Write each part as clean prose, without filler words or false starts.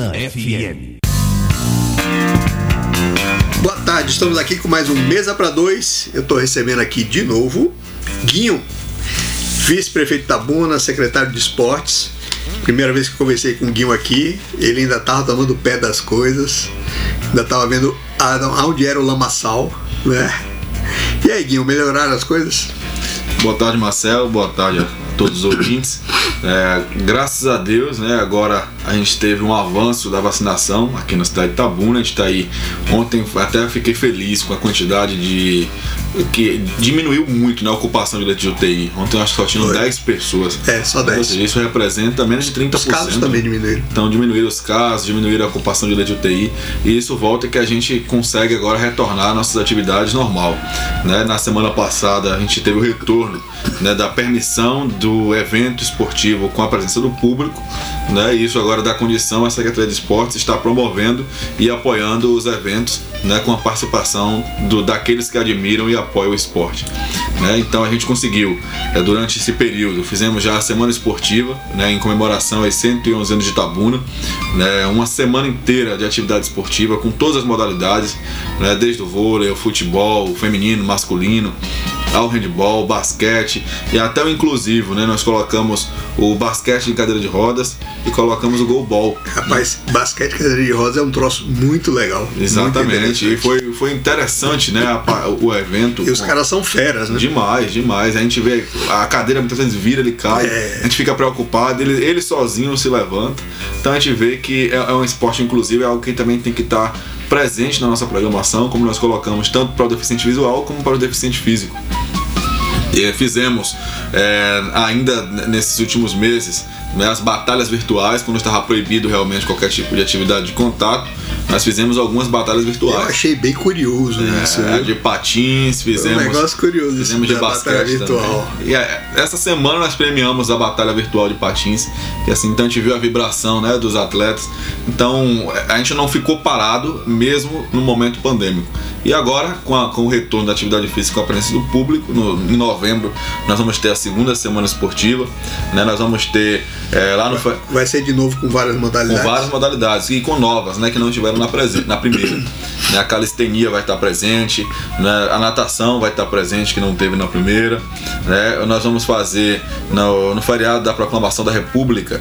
Itabuna FM. Boa tarde, estamos aqui com mais um Mesa para Dois. Eu estou recebendo aqui de novo Guinho, vice-prefeito de Itabuna, secretário de esportes. Primeira vez que eu conversei com o Guinho aqui, ele ainda estava tomando o pé das coisas, ainda estava vendo onde era o lamaçal, né? E aí, Guinho, melhoraram as coisas? Boa tarde, Marcelo, boa tarde a todos os ouvintes. Graças a Deus, né, agora a gente teve um avanço da vacinação aqui na cidade de Itabuna. A gente está aí, ontem até fiquei feliz com a quantidade que diminuiu muito, né, a ocupação de leite de UTI. Ontem eu acho que só tinham 10 pessoas. Só 10. Ou seja, isso representa menos de 30%. Os casos também diminuíram. Então diminuíram os casos, diminuíram a ocupação de leite de UTI, e isso volta que a gente consegue agora retornar às nossas atividades normal, né? Na semana passada a gente teve o retorno, né, da permissão do evento esportivo com a presença do público, né? E isso agora dá condição à Secretaria de Esportes estar promovendo e apoiando os eventos, né, com a participação daqueles que admiram e apoiam o esporte, né? Então a gente conseguiu, durante esse período, fizemos já a semana esportiva, né, em comemoração aos 111 anos de Itabuna, né, uma semana inteira de atividade esportiva com todas as modalidades, né, desde o vôlei, o futebol, o feminino, masculino, ao handball, basquete e até o inclusivo, né? Nós colocamos o basquete em cadeira de rodas e colocamos o goalball. Rapaz, basquete em cadeira de rodas é um troço muito legal. Exatamente, muito e foi interessante, né, o evento. E os caras são feras, né? Demais. A gente vê, a cadeira muitas vezes vira, ele cai, a gente fica preocupado, ele sozinho se levanta. Então a gente vê que é um esporte inclusivo, é algo que também tem que estar presente na nossa programação, como nós colocamos tanto para o deficiente visual como para o deficiente físico. E fizemos ainda nesses últimos meses, né, as batalhas virtuais, quando estava proibido realmente qualquer tipo de atividade de contato. Nós fizemos algumas batalhas virtuais. Eu achei bem curioso isso. De patins, fizemos. Um negócio curioso. Fizemos de basquete virtual. E essa semana nós premiamos a batalha virtual de patins, que assim, então a gente viu a vibração, né, dos atletas. Então a gente não ficou parado mesmo no momento pandêmico. E agora, com o retorno da atividade física com a presença do público, em novembro nós vamos ter a segunda semana esportiva, né? Nós vamos ter lá no... Vai ser de novo com várias modalidades. Com várias modalidades e com novas, né, que não tiveram na primeira. Né? A calistenia vai estar presente, né? A natação vai estar presente, que não teve na primeira, né? Nós vamos fazer no feriado da Proclamação da República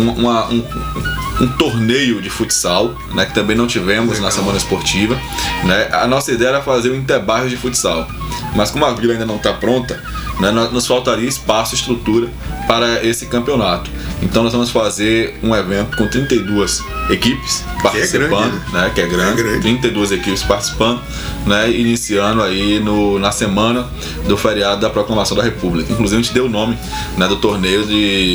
um torneio de futsal, né, que também não tivemos na semana esportiva, né? A nossa ideia era fazer um interbairros de futsal, mas como a vila ainda não está pronta, né, nos faltaria espaço e estrutura para esse campeonato. Então nós vamos fazer um evento com 32 equipes participando, que é grande. 32 equipes participando, né, iniciando aí na semana do feriado da Proclamação da República. Inclusive a gente deu o nome, né, do torneio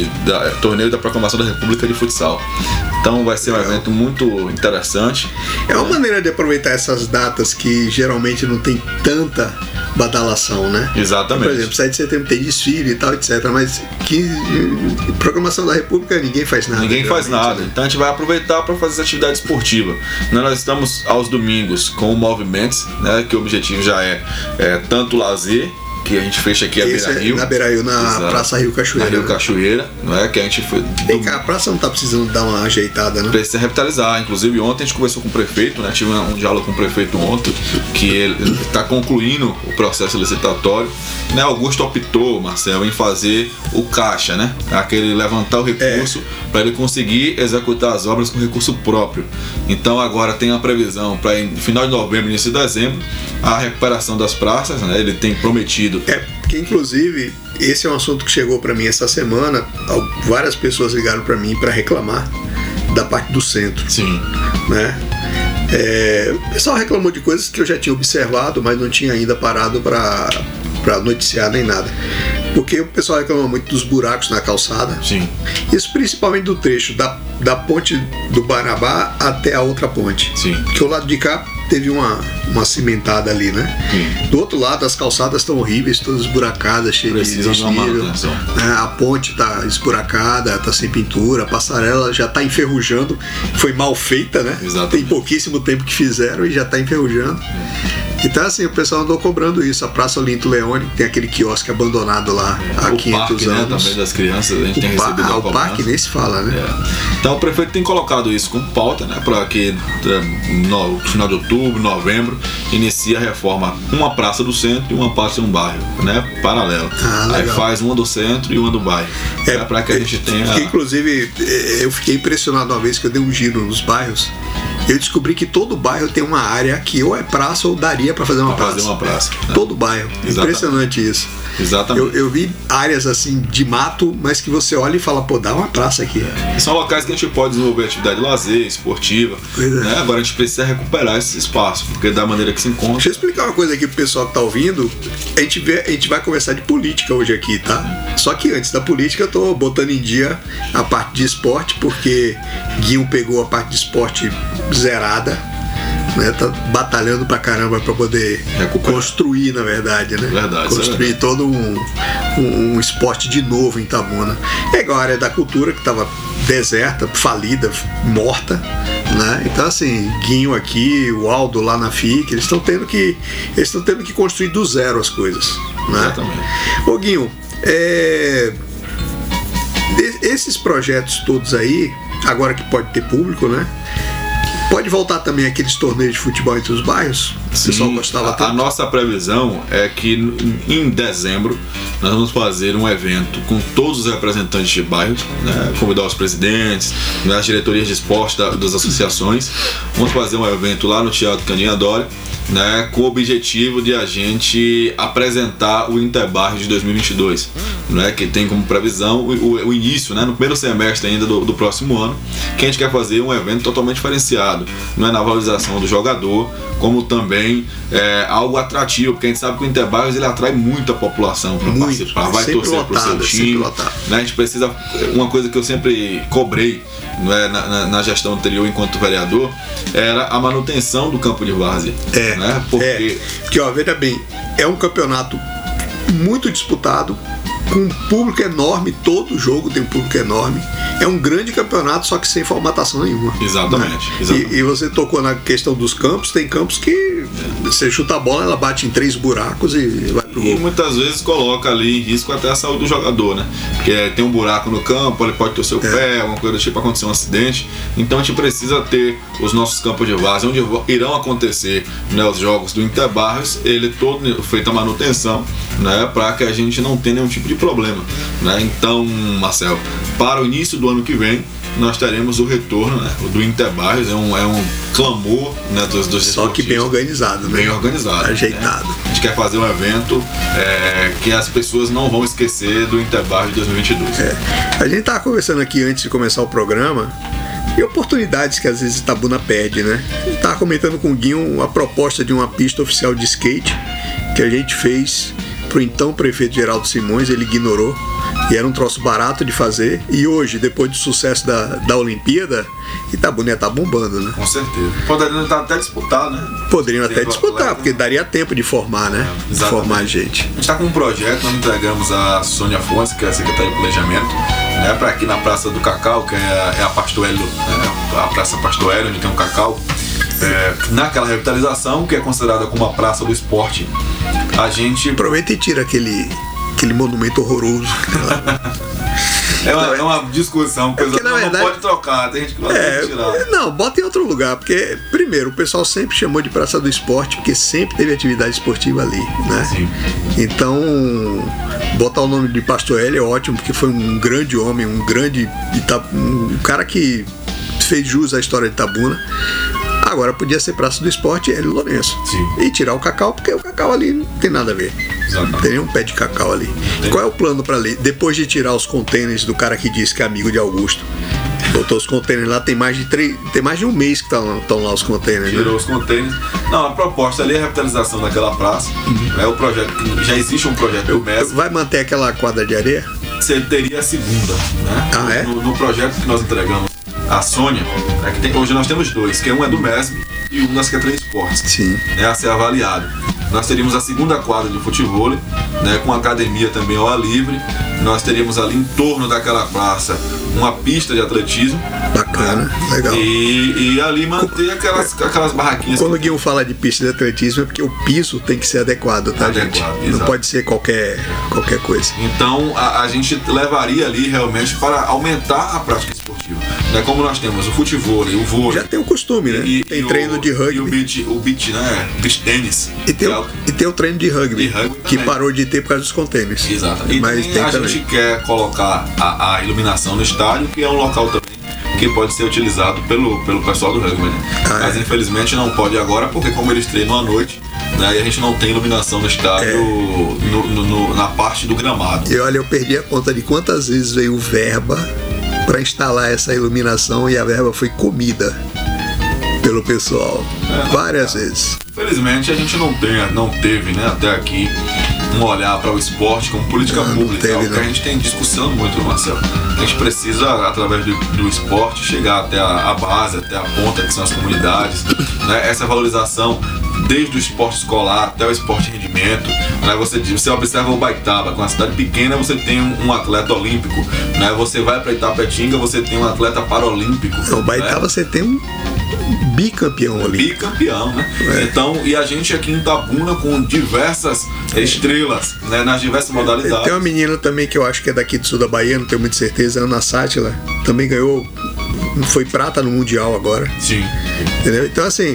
da Proclamação da República de futsal. Então vai ser um evento muito interessante. É uma maneira de aproveitar essas datas que geralmente não tem tanta badalação, né? Exatamente. Por exemplo, 7 de setembro tem desfile e tal, etc. Mas Proclamação da República ninguém faz nada. Ninguém faz nada. Então a gente vai aproveitar para fazer essa atividade esportiva. Nós estamos aos domingos com o Movimentos, né, que o objetivo já é tanto lazer, que a gente fecha aqui a Beira-Rio. Na Beira-Rio, na Praça Rio Cachoeira. Na Rio Cachoeira, não é? Que a gente foi. Vem cá, a praça não tá precisando dar uma ajeitada, né? Precisa revitalizar. Inclusive, ontem a gente conversou com o prefeito, né? Tive um diálogo com o prefeito ontem, que ele está concluindo o processo licitatório. Né? Augusto optou, Marcelo, em fazer o caixa, né? Aquele levantar o recurso para ele conseguir executar as obras com recurso próprio. Então, agora tem a previsão para final de novembro, início de dezembro, a recuperação das praças, né? Ele tem prometido. Porque inclusive esse é um assunto que chegou para mim essa semana. Várias pessoas ligaram para mim para reclamar da parte do centro. Sim. Né? O pessoal reclamou de coisas que eu já tinha observado, mas não tinha ainda parado para noticiar nem nada. Porque o pessoal reclama muito dos buracos na calçada. Sim. Isso principalmente do trecho da ponte do Barnabá até a outra ponte. Sim. Porque o lado de cá teve uma cimentada ali, né? Sim. Do outro lado as calçadas estão horríveis, todas esburacadadas, cheias de desnível. A ponte está esburacada, está sem pintura, a passarela já está enferrujando, foi mal feita, né? Exatamente. Tem pouquíssimo tempo que fizeram e já está enferrujando. Então assim, o pessoal andou cobrando isso. A Praça Olinto Leone, tem aquele quiosque abandonado lá há 500 parque, anos. Né, também das crianças, a gente tem recebido o parque nem se fala, né? Então o prefeito tem colocado isso como pauta, né, para que no final de outubro, novembro, inicie a reforma, uma praça do centro e uma praça de um bairro, né, paralelo. Aí faz uma do centro e uma do bairro, para que a gente tenha... Inclusive, eu fiquei impressionado uma vez que eu dei um giro nos bairros. Eu descobri que todo bairro tem uma área que ou é praça ou daria para fazer uma praça. Né? Todo bairro. Exatamente. Impressionante isso. Exatamente. Eu vi áreas assim de mato, mas que você olha e fala, pô, dá uma praça aqui. E são locais que a gente pode desenvolver atividade de lazer, esportiva. Né? Agora a gente precisa recuperar esse espaço, porque da maneira que se encontra. Deixa eu explicar uma coisa aqui pro pessoal que tá ouvindo. A gente vai conversar de política hoje aqui, tá? Só que antes da política eu tô botando em dia a parte de esporte, porque Guinho pegou a parte de esporte zerada, né? Tá batalhando pra caramba pra poder construir, na verdade, né? Verdade, construir todo um esporte de novo em Itabuna. É igual a área da cultura, que tava deserta, falida, morta, né? Então assim, Guinho aqui, o Aldo lá na FIC, eles estão tendo que construir do zero as coisas, né? Exatamente. Ô Guinho, esses projetos todos aí, agora que pode ter público, né? Pode voltar também aqueles torneios de futebol entre os bairros? O pessoal gostava tanto. A nossa previsão é que em dezembro nós vamos fazer um evento com todos os representantes de bairros, né? Convidar os presidentes, as diretorias de esporte das associações. Vamos fazer um evento lá no Teatro Candinha Dória, né, com o objetivo de a gente apresentar o Interbairros de 2022, né, que tem como previsão o início, né, no primeiro semestre ainda do próximo ano, que a gente quer fazer um evento totalmente diferenciado, não é na valorização do jogador, como também algo atrativo, porque a gente sabe que o Interbairros ele atrai muita população para participar, vai torcer para o seu time, né, a gente precisa, uma coisa que eu sempre cobrei, na gestão anterior enquanto vereador, era a manutenção do campo de várzea. Né? Porque ó, veja bem, é um campeonato muito disputado, com um público enorme, todo jogo tem um público enorme. É um grande campeonato, só que sem formatação nenhuma. Exatamente. Né? Exatamente. E você tocou na questão dos campos, tem campos que você chuta a bola, ela bate em 3 buracos e vai pro gol. E muitas vezes coloca ali em risco até a saúde do jogador, né? Porque tem um buraco no campo, ele pode torcer o pé, alguma coisa do tipo, acontecer um acidente. Então a gente precisa ter os nossos campos de várzea, onde irão acontecer, né, os jogos do Interbairros, ele todo feita a manutenção, né, para que a gente não tenha nenhum tipo de problema, né? Então, Marcelo, para o início do ano que vem nós teremos o retorno, né, do Interbairros, é um clamor, né, dos só que bem organizado, né? Bem organizado, ajeitado. Né? A gente quer fazer um evento que as pessoas não vão esquecer do Interbairros de 2022. A gente estava conversando aqui antes de começar o programa e oportunidades que às vezes Itabuna perde, né? Eu estava comentando com o Guinho a proposta de uma pista oficial de skate que a gente fez pro então prefeito Geraldo Simões, ele ignorou. E era um troço barato de fazer. E hoje, depois do sucesso da Olimpíada, Itabuna tá bombando, né? Com certeza. Poderiam até disputar, né? Poderiam até disputar, porque daria tempo de formar, né? De formar gente. A gente está com um projeto, nós entregamos a Sônia Afonso, que é a secretária de planejamento, né, para aqui na Praça do Cacau, que é a Pastoello, né, a Praça Pastoello, onde tem um cacau. Naquela revitalização, que é considerada como a Praça do Esporte, a gente... Aproveita e tira aquele monumento horroroso. É uma discussão, porque na verdade, não pode trocar, tem gente que não pode tirar. Não, bota em outro lugar, porque, primeiro, o pessoal sempre chamou de Praça do Esporte, porque sempre teve atividade esportiva ali, né? Sim. Então, botar o nome de Pastoello é ótimo, porque foi um grande homem, um cara que fez jus à história de Itabuna. Agora podia ser Praça do Esporte e Hélio Lourenço. Sim. E tirar o cacau, porque o cacau ali não tem nada a ver. Exatamente. Não tem nenhum pé de cacau ali. Qual é o plano para ali? Depois de tirar os contêineres do cara que disse que é amigo de Augusto, botou os contêineres lá, tem mais de um mês que estão lá os contêineres. Tirou os contêineres. Não, a proposta ali é a revitalização daquela praça. É o projeto, já existe um projeto do MES. Vai manter aquela quadra de areia? Você teria a segunda, né? Ah, é? No projeto que nós entregamos a Sônia, hoje nós temos 2, que um é do MESB e um da Secretaria de Esportes. Sim. A ser avaliado. nós teríamos a segunda quadra de futebol, né, com academia também ao ar livre. Nós teríamos ali em torno daquela praça uma pista de atletismo. Bacana, legal. E ali manter aquelas barraquinhas. Quando o Guilherme fala de pista de atletismo é porque o piso tem que ser adequado, tá, gente? Exato. Não pode ser qualquer coisa. Então a gente levaria ali realmente para aumentar a prática esportiva. Né? Como nós temos o futebol, o vôlei. Já tem o costume, né? Tem treino de rugby. E o beach, né? Beach tênis. E tem o treino de rugby que parou de ter por causa dos contêineres. Exato. E mas a gente quer colocar a iluminação no estádio, que é um local também que pode ser utilizado pelo pessoal do rugby, né? Mas infelizmente não pode agora, porque como eles treinam à noite, né, e a gente não tem iluminação no estádio na parte do gramado. E olha, eu perdi a conta de quantas vezes veio verba para instalar essa iluminação e a verba foi comida pelo pessoal várias vezes. Infelizmente a gente não teve, né, até aqui um olhar para o esporte como política pública, algo que a gente tem discussão muito, Marcelo. A gente precisa, através do esporte, chegar até a base, até a ponta, que são as comunidades, né? Essa valorização desde o esporte escolar até o esporte de rendimento, né? Você observa o Baitaba, com uma cidade pequena você tem um atleta olímpico, né? Você vai para Itapetinga, você tem um atleta paralímpico. O Baitaba, né? Você tem um bicampeão olímpico. Bicampeão, né? Então, e a gente aqui em Itabuna com diversas estrelas, né, nas diversas modalidades. Tem uma menina também que eu acho que é daqui do sul da Bahia, não tenho muita certeza, Ana Sátila, também ganhou, foi prata no Mundial agora. Sim. Entendeu? Então, assim,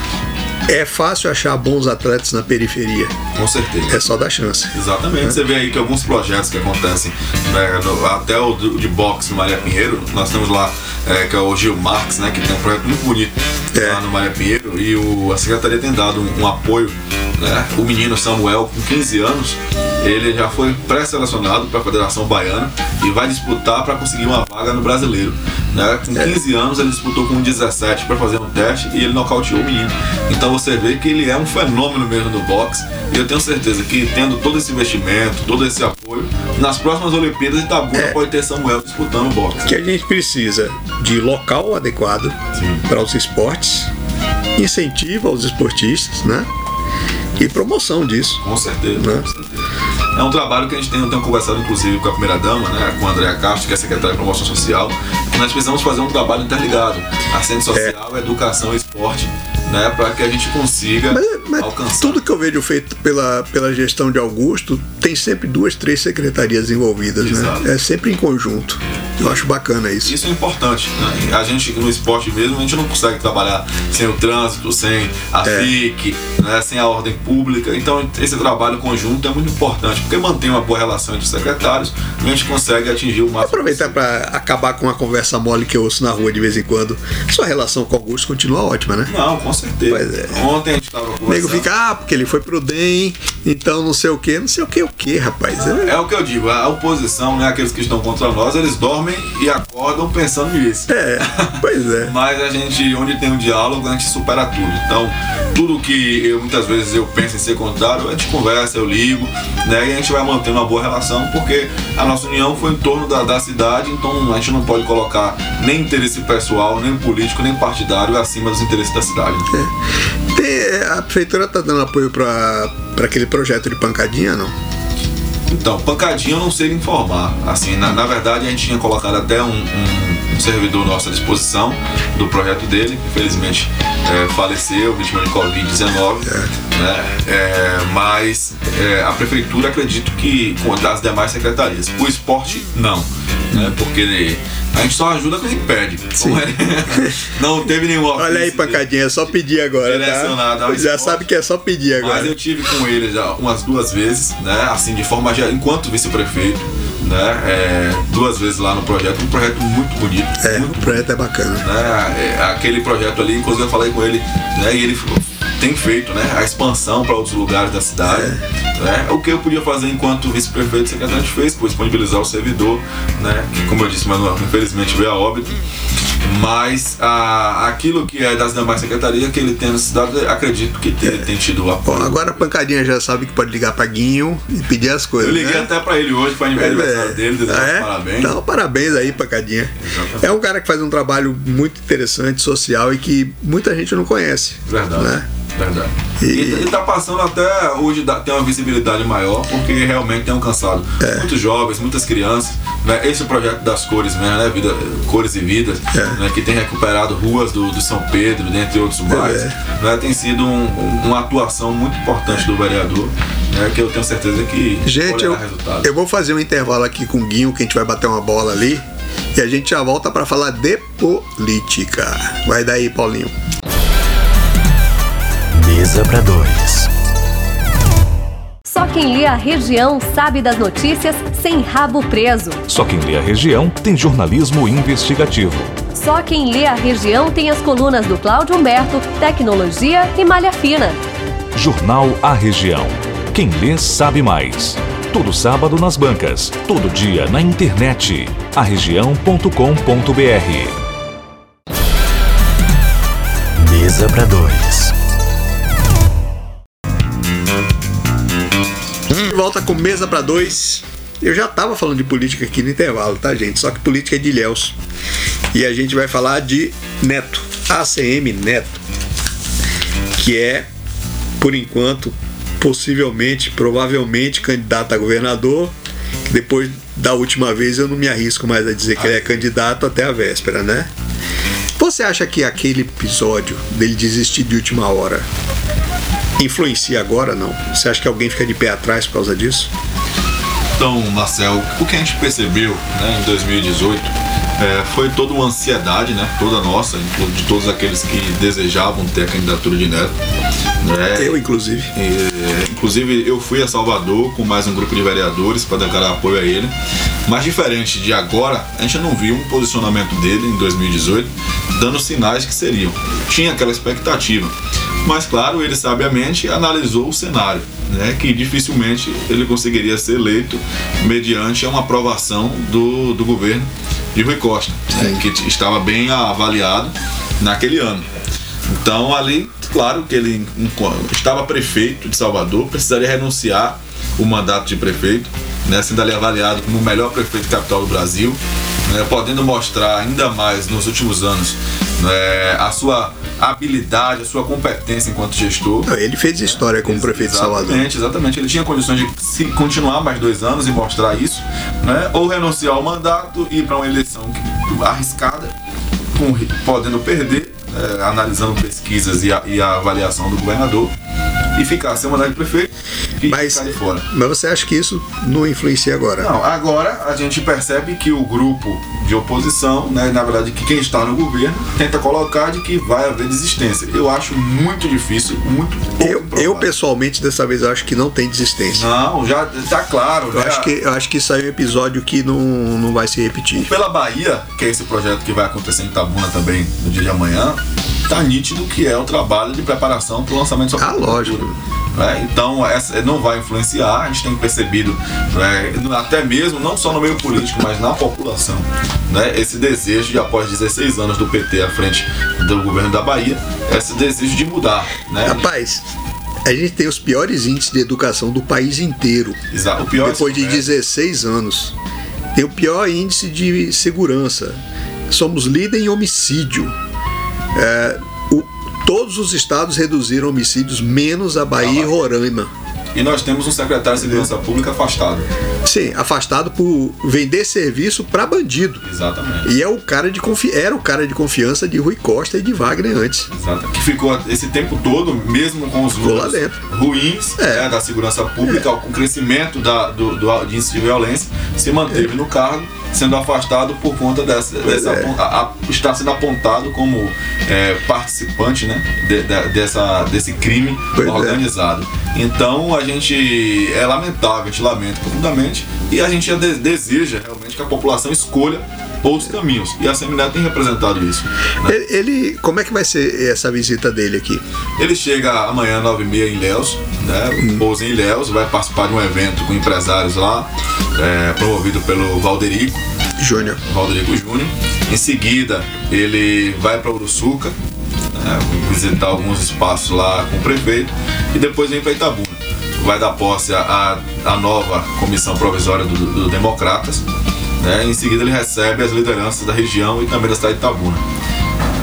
é fácil achar bons atletas na periferia. Com certeza. É só dar chance. Exatamente. Você vê aí que alguns projetos que acontecem, né, até o de boxe no Maria Pinheiro, nós temos lá, que é o Gil Marques, né, que tem um projeto muito bonito lá no Maria Pinheiro, e a Secretaria tem dado um apoio, né? O menino Samuel, com 15 anos, ele já foi pré-selecionado para a Federação Baiana e vai disputar para conseguir uma vaga no Brasileiro. Né? Com 15 anos ele disputou com 17 para fazer um teste e ele nocauteou o menino. Então você vê que ele é um fenômeno mesmo do boxe, e eu tenho certeza que tendo todo esse investimento, todo esse apoio, nas próximas Olimpíadas Itabuna pode ter Samuel disputando o boxe. Que a gente precisa de local adequado para os esportes, incentivo aos esportistas, né? E promoção disso. Com certeza, né? Com certeza. É um trabalho que a gente tem conversado inclusive com a primeira-dama, né, com a Andréa Castro, que é a secretária de Promoção Social, que nós precisamos fazer um trabalho interligado. Assistente social, educação e esporte, né, para que a gente consiga alcançar. Tudo que eu vejo feito pela gestão de Augusto tem sempre 2, 3 secretarias envolvidas, né? É sempre em conjunto. Eu acho bacana isso. Isso é importante, né? A gente no esporte mesmo, a gente não consegue trabalhar sem o trânsito, sem a FIC, né, sem a ordem pública. Então esse trabalho conjunto é muito importante, porque mantém uma boa relação entre os secretários e a gente consegue atingir o máximo. Aproveitar para acabar com uma conversa mole que eu ouço na rua de vez em quando. Sua relação com o Augusto continua ótima, né? Não, com certeza. Pois é. Ontem a gente estava conversando. O nego fica, porque ele foi pro DEM, então não sei o que, o que, rapaz? É o que eu digo, a oposição, né, aqueles que estão contra nós, eles dormem e acordam pensando nisso. Pois é. Mas a gente, onde tem um diálogo, a gente supera tudo. Então, tudo que muitas vezes eu penso em ser contrário, a gente conversa, eu ligo, né, e a gente vai mantendo uma boa relação, porque a nossa união foi em torno da cidade, então a gente não pode colocar nem interesse pessoal, nem político, nem partidário acima dos interesses da cidade. A prefeitura está dando apoio para aquele projeto de pancadinha, não? Então, pancadinha eu não sei informar. Assim, na verdade, a gente tinha colocado até um servidor nosso à disposição do projeto dele, que infelizmente faleceu, vítima de Covid-19, né? Mas a prefeitura, acredito que com as demais secretarias. O esporte, não, né? Porque a gente só ajuda quando impede. Não teve nenhum ofício. Olha aí, pancadinha, é só pedir agora, tá? Já sabe que é só pedir agora. Mas eu tive com ele já umas 2 vezes, né? Assim, de forma geral, enquanto vice-prefeito, né? 2 vezes lá no projeto, um projeto muito bonito. O projeto é bacana. Né? Aquele projeto ali, inclusive eu falei com ele, né? E ele tem feito, né, a expansão para outros lugares da cidade. Né? O que eu podia fazer enquanto vice-prefeito e secretário de fez, foi disponibilizar o servidor, né, que, como eu disse, mas infelizmente veio a óbito. Mas aquilo que é das demais secretarias que ele tem na cidade, acredito que ele tem tido apoio. Bom, agora a pancadinha já sabe que pode ligar para Guinho e pedir as coisas. Eu liguei até para ele hoje, para o aniversário dele, desejar parabéns. Então, parabéns aí, pancadinha. Exatamente. É um cara que faz um trabalho muito interessante, social, e que muita gente não conhece. Verdade. Né? Verdade. E está passando até hoje, tem uma visibilidade maior, porque realmente tem alcançado muitos jovens, muitas crianças, né? Esse projeto das cores mesmo, né? Cores e Vidas, né? Que tem recuperado ruas do São Pedro, dentre outros bairros, né? Tem sido uma atuação muito importante do vereador, né? Que eu tenho certeza que gente, eu vou fazer um intervalo aqui com o Guinho, que a gente vai bater uma bola ali, e a gente já volta para falar de política. Vai daí, Paulinho. Mesa para dois. Só quem lê a região sabe das notícias sem rabo preso. Só quem lê a região tem jornalismo investigativo. Só quem lê a região tem as colunas do Cláudio Humberto, Tecnologia e Malha Fina. Jornal A Região. Quem lê sabe mais. Todo sábado nas bancas, todo dia na internet. aregião.com.br. Mesa para dois. De volta com Mesa para dois. Eu já tava falando de política aqui no intervalo, tá, gente? Só que política é de Ilhéus. E a gente vai falar de Neto, ACM Neto, que é, por enquanto, possivelmente, provavelmente, candidato a governador, que depois da última vez eu não me arrisco mais a dizer que ele é candidato até a véspera, né? Você acha que aquele episódio dele desistir de última hora influencia agora, não? Você acha que alguém fica de pé atrás por causa disso? Então, Marcel, o que a gente percebeu, né, em 2018 foi toda uma ansiedade, né, toda nossa, de todos aqueles que desejavam ter a candidatura de Neto. Eu, inclusive. Inclusive, eu fui a Salvador com mais um grupo de vereadores para declarar apoio a ele. Mas diferente de agora, a gente não viu um posicionamento dele em 2018 dando sinais que seriam. Tinha aquela expectativa. Mas, claro, ele sabiamente analisou o cenário, né, que dificilmente ele conseguiria ser eleito mediante uma aprovação do governo de Rui Costa, né, que estava bem avaliado naquele ano. Então, ali, claro que ele estava prefeito de Salvador, precisaria renunciar o mandato de prefeito, né, sendo ali avaliado como o melhor prefeito capital do Brasil, né, podendo mostrar ainda mais nos últimos anos, né, a sua habilidade, a sua competência enquanto gestor. Ele fez história como prefeito de Salvador. Exatamente. Ele tinha condições de continuar mais 2 anos e mostrar isso, né, ou renunciar ao mandato e ir para uma eleição arriscada, podendo perder, analisando pesquisas e a avaliação do governador, e ficar sem mandato de prefeito e ficar de fora. Mas você acha que isso não influencia agora? Não, agora a gente percebe que o grupo de oposição, né, na verdade que quem está no governo, tenta colocar de que vai haver desistência. Eu acho muito difícil, muito pouco eu pessoalmente, dessa vez, acho que não tem desistência. Não, já está claro. Eu acho que isso aí é um episódio que não vai se repetir. Pela Bahia, que é esse projeto que vai acontecer em Itabuna também no dia de amanhã, tá nítido que é o trabalho de preparação para o lançamento da lógico. Então, não vai influenciar. A gente tem percebido, até mesmo, não só no meio político, mas na população, né, esse desejo de, após 16 anos do PT à frente do governo da Bahia, esse desejo de mudar, né? Rapaz, a gente tem os piores índices de educação do país inteiro. Exato. O pior depois de 16 anos. Tem o pior índice de segurança. Somos líder em homicídio. Todos os estados reduziram homicídios, menos a Bahia e Roraima. E nós temos um secretário de Segurança Pública afastado. Sim, afastado por vender serviço para bandido. Exatamente. E era o cara de confiança de Rui Costa e de Wagner antes. Exato. Que ficou esse tempo todo, mesmo com os números ruins da segurança pública, com o crescimento do índice de violência, se manteve no cargo, sendo afastado por conta estar sendo apontado como participante, né, desse crime organizado. Então a gente é lamentável, a gente lamenta profundamente, e a gente deseja realmente que a população escolha outros caminhos, e a ACM Neto tem representado isso, né? Como é que vai ser essa visita dele aqui? Ele chega amanhã 9h30 em Ilhéus, né? Pousa em Ilhéus, vai participar de um evento com empresários lá, promovido pelo Valderico Júnior. Em seguida ele vai para Uruçuca, né, visitar alguns espaços lá com o prefeito, e depois vem para Itabuna. Vai dar posse à nova comissão provisória do Democratas, né? Em seguida ele recebe as lideranças da região e também da cidade de Itabuna.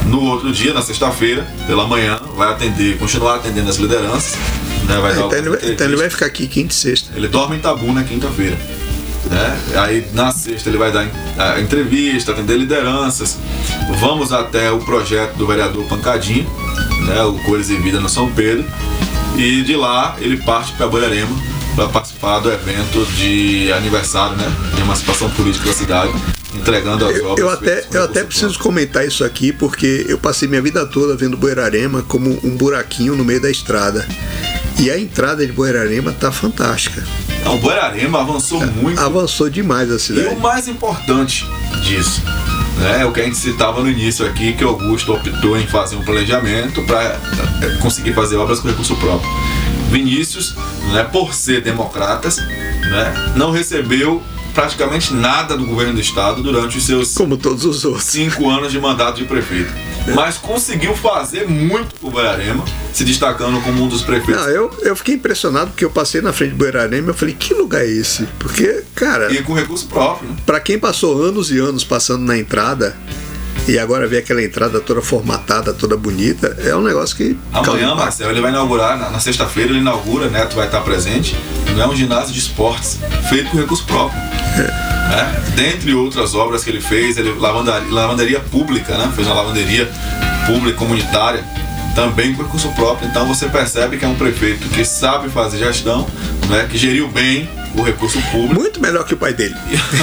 No outro dia, na sexta-feira, pela manhã, vai continuar atendendo as lideranças, né? Então ele vai ficar aqui quinta e sexta. Ele dorme em Itabuna quinta-feira, né? Aí na sexta ele vai dar a entrevista, atender lideranças. Vamos até o projeto do vereador Pancadinho, né? O Cores e Vida no São Pedro, e de lá ele parte para Borarema para participar do evento de aniversário, né? De emancipação política da cidade, entregando as obras. Eu até preciso comentar isso aqui, porque eu passei minha vida toda vendo Borarema como um buraquinho no meio da estrada. E a entrada de Borarema tá fantástica. Não, Borarema avançou muito. Avançou demais a cidade. E o mais importante disso, né, é o que a gente citava no início aqui, que Augusto optou em fazer um planejamento para conseguir fazer obras com recurso próprio. Vinícius, né, por ser democratas, né, não recebeu praticamente nada do governo do estado durante os seus, como todos os outros, 5 anos de mandato de prefeito. Mas conseguiu fazer muito por Borarema, se destacando como um dos prefeitos. Não, eu fiquei impressionado porque eu passei na frente de Borarema e eu falei, que lugar é esse? Porque, cara... E com recurso próprio, né? Pra quem passou anos e anos passando na entrada e agora vê aquela entrada toda formatada, toda bonita, é um negócio que... Amanhã, Marcelo, ele vai inaugurar, na sexta-feira ele inaugura, Neto vai estar presente, é um ginásio de esportes feito com recurso próprio. Né? Dentre outras obras que ele fez, lavanderia pública, né? Fez uma lavanderia pública comunitária, também com recurso próprio. Então você percebe que é um prefeito que sabe fazer gestão, né? Que geriu bem o recurso público. Muito melhor que o pai dele.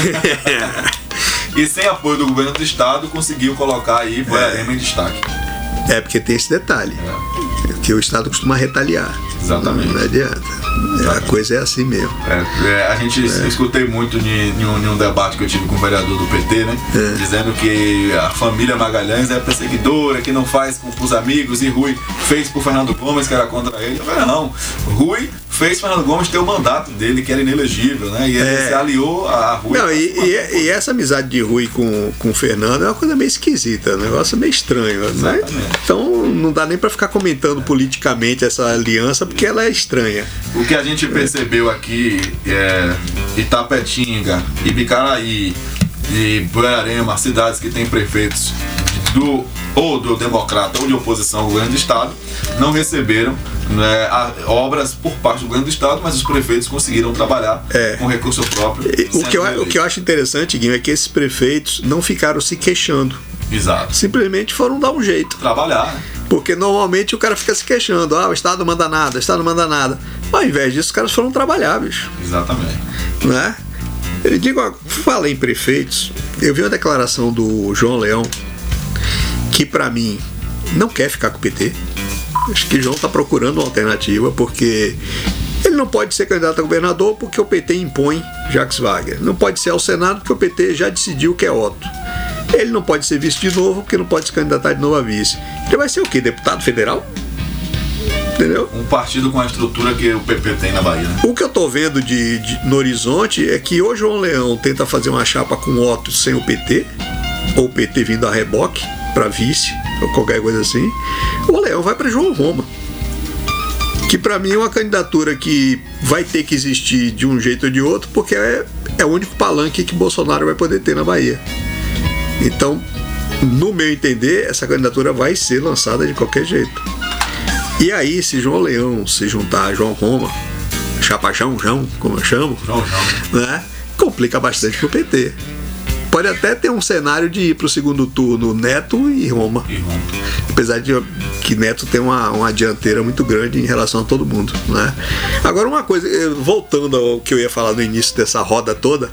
E sem apoio do governo do estado, conseguiu colocar aí Borarema em destaque. É, porque tem esse detalhe, que o estado costuma retaliar. Exatamente. Não adianta. A coisa é assim mesmo. A gente escutei muito em um debate que eu tive com o vereador do PT, né? Dizendo que a família Magalhães é perseguidora, que não faz com os amigos, e Rui fez por Fernando Gomes, que era contra ele. Eu falei, não, Rui fez Fernando Gomes ter o mandato dele, que era inelegível, né? E ele se aliou a Rui. Não, e essa amizade de Rui com o Fernando é uma coisa meio esquisita, um negócio meio estranho. Né? Então não dá nem pra ficar comentando politicamente essa aliança, porque ela é estranha. O que a gente percebeu aqui é Itapetinga, Ibicaraí e Borarema, cidades que têm prefeitos do democrata ou de oposição ao governo do estado, não receberam, né, obras por parte do governo do estado, mas os prefeitos conseguiram trabalhar com recurso próprio. O que eu acho interessante, Guinho, é que esses prefeitos não ficaram se queixando. Exato. Simplesmente foram dar um jeito. Trabalhar, né? Porque normalmente o cara fica se queixando, o estado não manda nada, o estado não manda nada. Mas ao invés disso, os caras foram trabalhar, bicho. Exatamente. Né? Eu digo, fala em prefeitos, eu vi uma declaração do João Leão, que pra mim não quer ficar com o PT. Acho que o João tá procurando uma alternativa, porque ele não pode ser candidato a governador porque o PT impõe Jacques Wagner. Não pode ser ao Senado porque o PT já decidiu que é Otto. Ele não pode ser vice de novo porque não pode se candidatar de novo a vice. Ele vai ser o quê? Deputado federal? Entendeu? Um partido com a estrutura que o PP tem na Bahia, né? O que eu tô vendo no horizonte é que o João Leão tenta fazer uma chapa com Otto sem o PT, ou o PT vindo a reboque para vice, ou qualquer coisa assim. O Leão vai para João Roma, que para mim é uma candidatura que vai ter que existir de um jeito ou de outro, porque é o único palanque que Bolsonaro vai poder ter na Bahia. Então, no meu entender, essa candidatura vai ser lançada de qualquer jeito. E aí, se João Leão se juntar a João Roma, chapa João, como eu chamo, né, complica bastante pro PT. Pode até ter um cenário de ir pro segundo turno Neto e Roma. Apesar de que Neto tem uma dianteira muito grande em relação a todo mundo, né? Agora, uma coisa, voltando ao que eu ia falar no início dessa roda toda,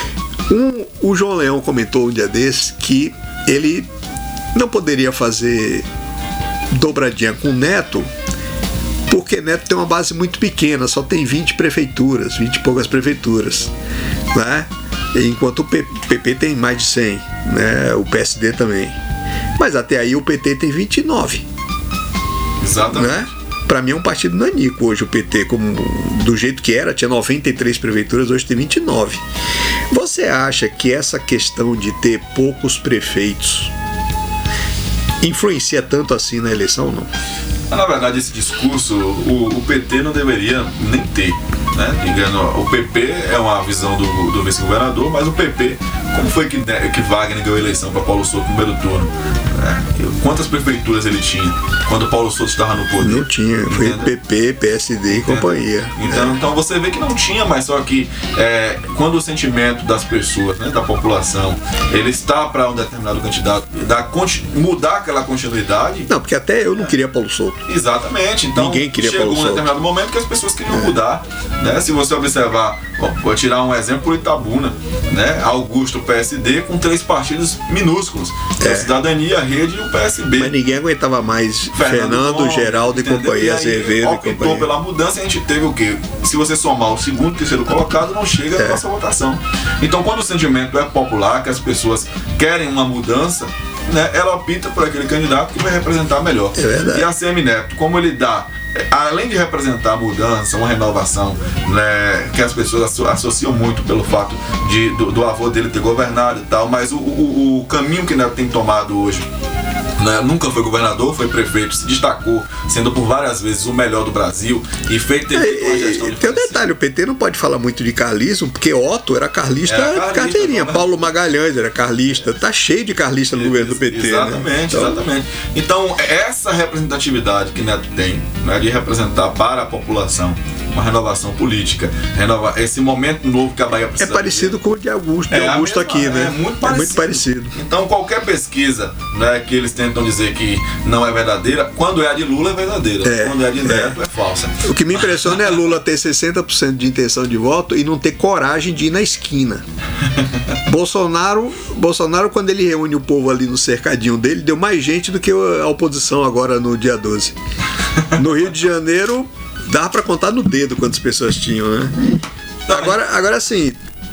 o João Leão comentou um dia desses que ele não poderia fazer dobradinha com Neto, porque Neto tem uma base muito pequena, só tem 20 prefeituras, 20 e poucas prefeituras, né? Enquanto o PP tem mais de 100, né? O PSD também. Mas até aí o PT tem 29. Exatamente. Né? Para mim é um partido nanico hoje o PT, como do jeito que era, tinha 93 prefeituras, hoje tem 29. Você acha que essa questão de ter poucos prefeitos influencia tanto assim na eleição ou não? Na verdade, esse discurso o PT não deveria nem ter, né? O PP é uma visão do vice-governador, mas o PP, como foi que Wagner ganhou a eleição para Paulo Souto no primeiro turno? Quantas prefeituras ele tinha quando o Paulo Souto estava no poder? Não tinha, foi PP, PSD e companhia. Então você vê que não tinha, mas só que quando o sentimento das pessoas, né, da população, ele está para um determinado candidato, mudar aquela continuidade. Não, porque até eu não queria Paulo Souto. Exatamente, então ninguém queria chegou Paulo Souto. Determinado momento que as pessoas queriam mudar, né? Se você observar, vou tirar um exemplo por Itabuna, né? Augusto, PSD, com 3 partidos minúsculos, a Cidadania, a Rede e o PSB. Mas ninguém aguentava mais Fernando, Geraldo e companhia, Azevedo e companhia. Pela mudança, a gente teve o quê? Se você somar o segundo e terceiro colocado, não chega na nossa votação. Então, quando o sentimento é popular, que as pessoas querem uma mudança, né, ela opta por aquele candidato que vai representar melhor. É verdade. E a ACM Neto, como ele dá, além de representar a mudança, uma renovação, né, que as pessoas associam muito pelo fato do avô dele ter governado e tal, mas o caminho que Neto tem tomado hoje, né, nunca foi governador, foi prefeito, se destacou, sendo por várias vezes o melhor do Brasil e teve uma gestão de tem um detalhe, o PT não pode falar muito de carlismo, porque Otto era carlista carteirinha, Paulo Magalhães era carlista, tá cheio de carlista no governo do PT. Exatamente, né? Exatamente. Então, essa representatividade que Neto tem, né, de representar para a população uma renovação política, renovar esse momento novo que a Bahia precisa. É parecido com o de Augusto, aqui, né? É muito parecido. Então, qualquer pesquisa, né, que eles tentam dizer que não é verdadeira, quando é a de Lula é verdadeira, quando é a de Neto é falsa. O que me impressiona é Lula ter 60% de intenção de voto e não ter coragem de ir na esquina. Bolsonaro, quando ele reúne o povo ali no cercadinho dele, deu mais gente do que a oposição agora no dia 12. No Rio de Janeiro, dá pra contar no dedo quantas pessoas tinham, né? Agora assim,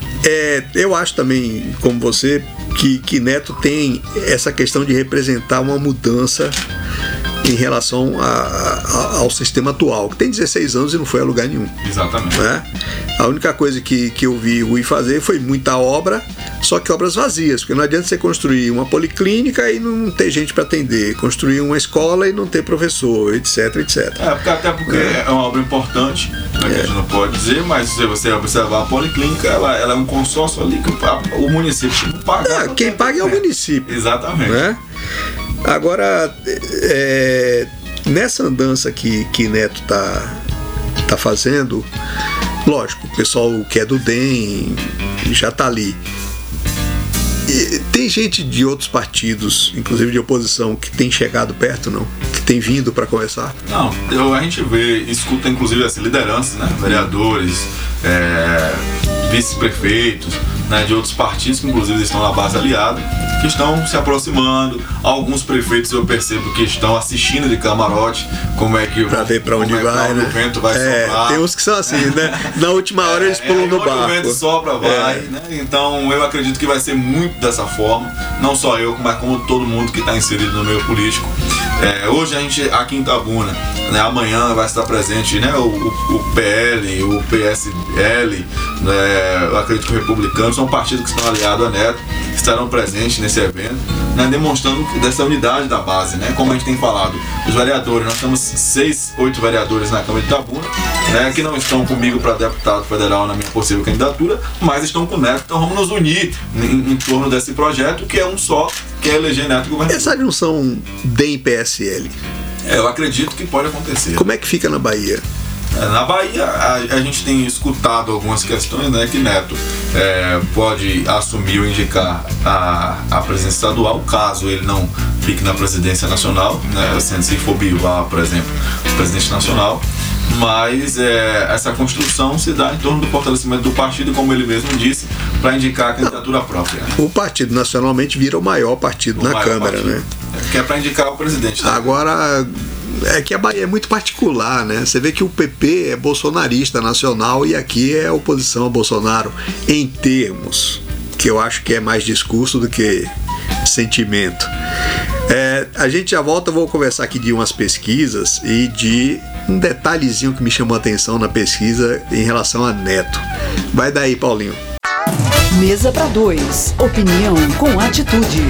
eu acho também, como você, que Neto tem essa questão de representar uma mudança em relação ao sistema atual, que tem 16 anos e não foi a lugar nenhum. Exatamente. Né? A única coisa que eu vi o Rui fazer foi muita obra, só que obras vazias, porque não adianta você construir uma policlínica e não ter gente para atender, construir uma escola e não ter professor, etc, etc. Até porque é uma obra importante, né, que a gente não pode dizer, mas se você observar a policlínica, ela é um consórcio ali que o município paga. Quem paga é o município. Exatamente. Né? Agora, nessa andança que Neto tá fazendo, lógico, o pessoal que é do DEM já tá ali. E tem gente de outros partidos, inclusive de oposição, que tem chegado perto, não? Que tem vindo para conversar? Não, a gente escuta inclusive assim, lideranças, né? Vereadores, vice-prefeitos, né, de outros partidos que inclusive estão na base aliada, que estão se aproximando. Alguns prefeitos eu percebo que estão assistindo de camarote como é que pra ver para onde vai, né? O vento vai soprar. Tem uns que são assim, né? Na última hora eles pulam no barco. O vento sopra, vai, né? Então eu acredito que vai ser muito dessa forma, não só eu, mas como todo mundo que está inserido no meio político. Hoje a gente aqui em Itabuna, né, amanhã vai estar presente, né, o PL, o PSL, né, eu acredito que o Republicano são partidos que estão aliados a Neto, estarão presentes nesse evento, né, demonstrando dessa unidade da base, né, como a gente tem falado, os vereadores, nós temos 6, 8 vereadores na Câmara de Itabuna, né, que não estão comigo para deputado federal na minha possível candidatura, mas estão com o Neto, então vamos nos unir em torno desse projeto que é um só, que é eleger Neto governador. Essa junção DEM PSL, eu acredito que pode acontecer. Como é que fica na Bahia? Na Bahia, a gente tem escutado algumas questões, né, que Neto pode assumir ou indicar a presidência estadual, caso ele não fique na presidência nacional, né, se for Bivar, por exemplo, o presidente nacional. Mas essa construção se dá em torno do fortalecimento do partido, como ele mesmo disse, para indicar a candidatura própria. O partido nacionalmente vira o maior partido na Câmara, partido, né? Que é para indicar o presidente. Agora, é que a Bahia é muito particular, né? Você vê que o PP é bolsonarista nacional e aqui é oposição a Bolsonaro, em termos que eu acho que é mais discurso do que sentimento. A gente já volta, vou conversar aqui de umas pesquisas e de um detalhezinho que me chamou a atenção na pesquisa em relação a Neto. Vai daí, Paulinho. Mesa para dois. Opinião com atitude.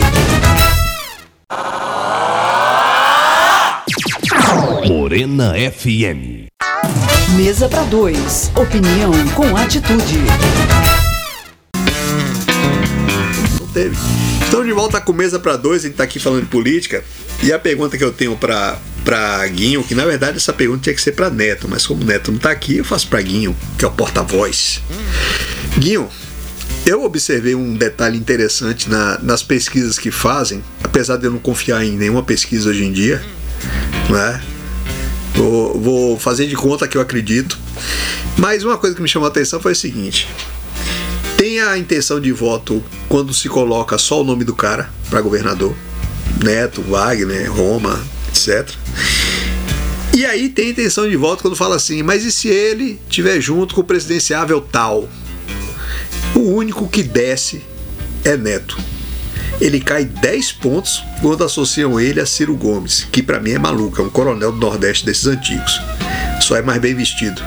Morena FM. Mesa para dois. Opinião com atitude. teve. Estamos de volta com Mesa para Dois, a gente tá aqui falando de política. E a pergunta que eu tenho pra Guinho, que na verdade essa pergunta tinha que ser pra Neto, mas como o Neto não tá aqui, eu faço pra Guinho, que é o porta-voz. Guinho, eu observei um detalhe interessante nas pesquisas que fazem, apesar de eu não confiar em nenhuma pesquisa hoje em dia, né? Vou fazer de conta que eu acredito. Mas uma coisa que me chamou a atenção foi o seguinte: tem a intenção de voto quando se coloca só o nome do cara para governador, Neto, Wagner, Roma, etc. E aí tem a intenção de voto quando fala assim, mas e se ele estiver junto com o presidenciável tal? O único que desce é Neto. Ele cai 10 pontos quando associam ele a Ciro Gomes, que pra mim é maluco, é um coronel do Nordeste desses antigos. Só é mais bem vestido.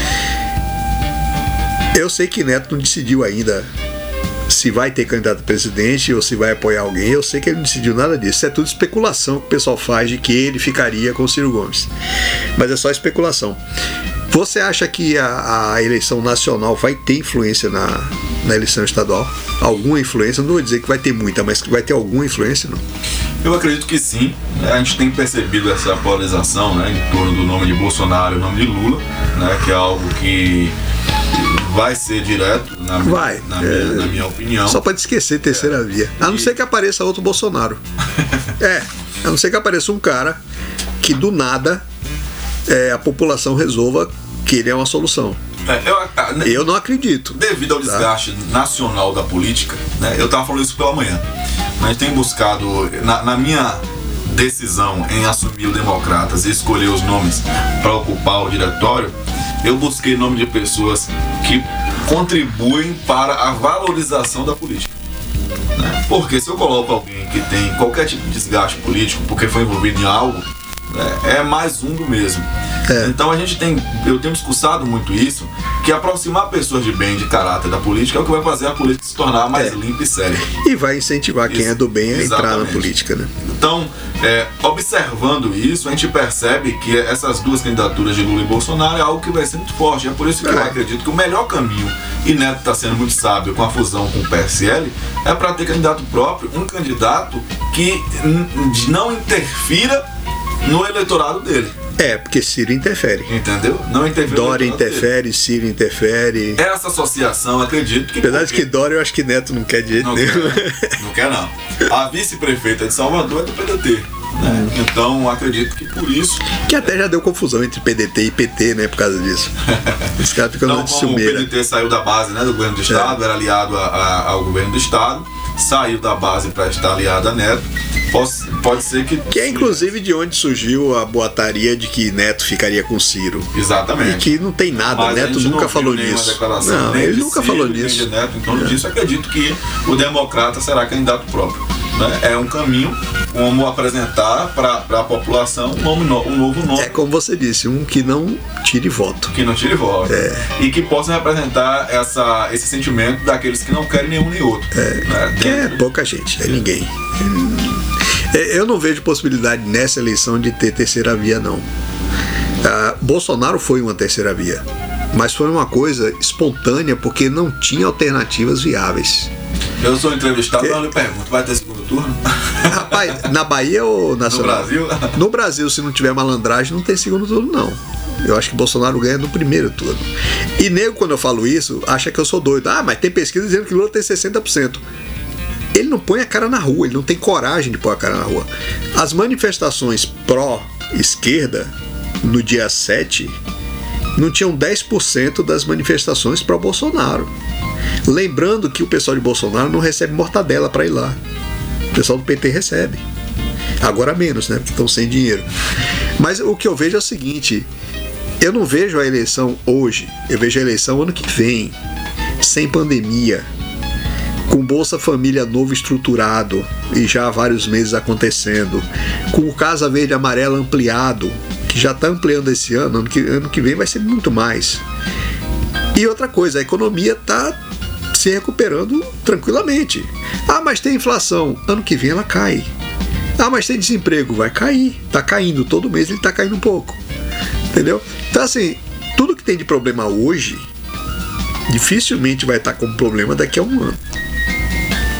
Eu sei que Neto não decidiu ainda se vai ter candidato a presidente ou se vai apoiar alguém. Eu sei que ele não decidiu nada disso. Isso é tudo especulação que o pessoal faz de que ele ficaria com o Ciro Gomes. Mas é só especulação. Você acha que a eleição nacional vai ter influência na eleição estadual? Alguma influência? Não vou dizer que vai ter muita, mas que vai ter alguma influência, não? Eu acredito que sim. A gente tem percebido essa polarização, né, em torno do nome de Bolsonaro e o nome de Lula, né, que é algo que vai ser direto, na minha opinião. Só para esquecer terceira via. A não ser que apareça outro Bolsonaro. A não ser que apareça um cara que do nada a população resolva que ele é uma solução. Eu não acredito. Devido ao desgaste nacional da política, né, eu estava falando isso pela manhã. A gente tem buscado, na minha decisão em assumir o Democratas e escolher os nomes para ocupar o diretório, eu busquei nome de pessoas que contribuem para a valorização da política. Né? Porque se eu coloco alguém que tem qualquer tipo de desgaste político porque foi envolvido em algo, é mais um do mesmo. Então eu tenho discussado muito isso, que aproximar pessoas de bem, de caráter da política é o que vai fazer a política se tornar mais limpa e séria. E vai incentivar quem é do bem a entrar na política, né? Então, observando isso, a gente percebe que essas duas candidaturas de Lula e Bolsonaro é algo que vai ser muito forte. É por isso que eu acredito que o melhor caminho, e Neto está sendo muito sábio com a fusão com o PSL, é para ter candidato próprio, um candidato que não interfira no eleitorado dele. Porque Ciro interfere. Entendeu? Não interfere. Dória interfere, Ciro interfere. Essa associação, acredito que... Apesar de que Dória eu acho que Neto não quer de jeito nenhum. Não quer não. A vice-prefeita de Salvador é do PDT. Né? Então acredito que por isso... Que até já deu confusão entre PDT e PT, né? Por causa disso. Os caras ficam de ciumeira. O PDT saiu da base, né, do governo do estado, era aliado ao governo do estado, saiu da base para estar aliado a Neto. Pode ser que... Que é inclusive de onde surgiu a boataria de que Neto ficaria com Ciro. Exatamente. E que não tem nada, mas Neto nunca falou nisso. Não, ele nunca falou nisso. De Neto, em torno disso, acredito que o Democrata será candidato próprio. Né? É um caminho como apresentar para a população um novo nome. É como você disse, um que não tire voto. Que não tire voto. E que possa representar esse sentimento daqueles que não querem nenhum nem outro. Né? Que é pouca gente, é ninguém. Eu não vejo possibilidade nessa eleição de ter terceira via, não. Bolsonaro foi uma terceira via, mas foi uma coisa espontânea porque não tinha alternativas viáveis. Eu sou entrevistado, eu lhe pergunto, vai ter segundo turno? Rapaz, na Bahia ou nacional? No Brasil? No Brasil, se não tiver malandragem, não tem segundo turno, não. Eu acho que Bolsonaro ganha no primeiro turno. E nego, quando eu falo isso, acha que eu sou doido. Mas tem pesquisa dizendo que Lula tem 60%. Ele não põe a cara na rua, ele não tem coragem de pôr a cara na rua. As manifestações pró-esquerda, no dia 7, não tinham 10% das manifestações pró-Bolsonaro. Lembrando que o pessoal de Bolsonaro não recebe mortadela para ir lá. O pessoal do PT recebe. Agora menos, né? Porque estão sem dinheiro. Mas o que eu vejo é o seguinte: eu não vejo a eleição hoje, eu vejo a eleição ano que vem, sem pandemia, com Bolsa Família novo estruturado e já há vários meses acontecendo, com o Casa Verde e Amarela ampliado, que já está ampliando esse ano que vem vai ser muito mais. E outra coisa, a economia está se recuperando tranquilamente. Mas tem inflação, ano que vem ela cai. Mas tem desemprego, vai cair. Está caindo, todo mês ele está caindo um pouco. Entendeu? Então assim, tudo que tem de problema hoje dificilmente vai estar como problema daqui a um ano.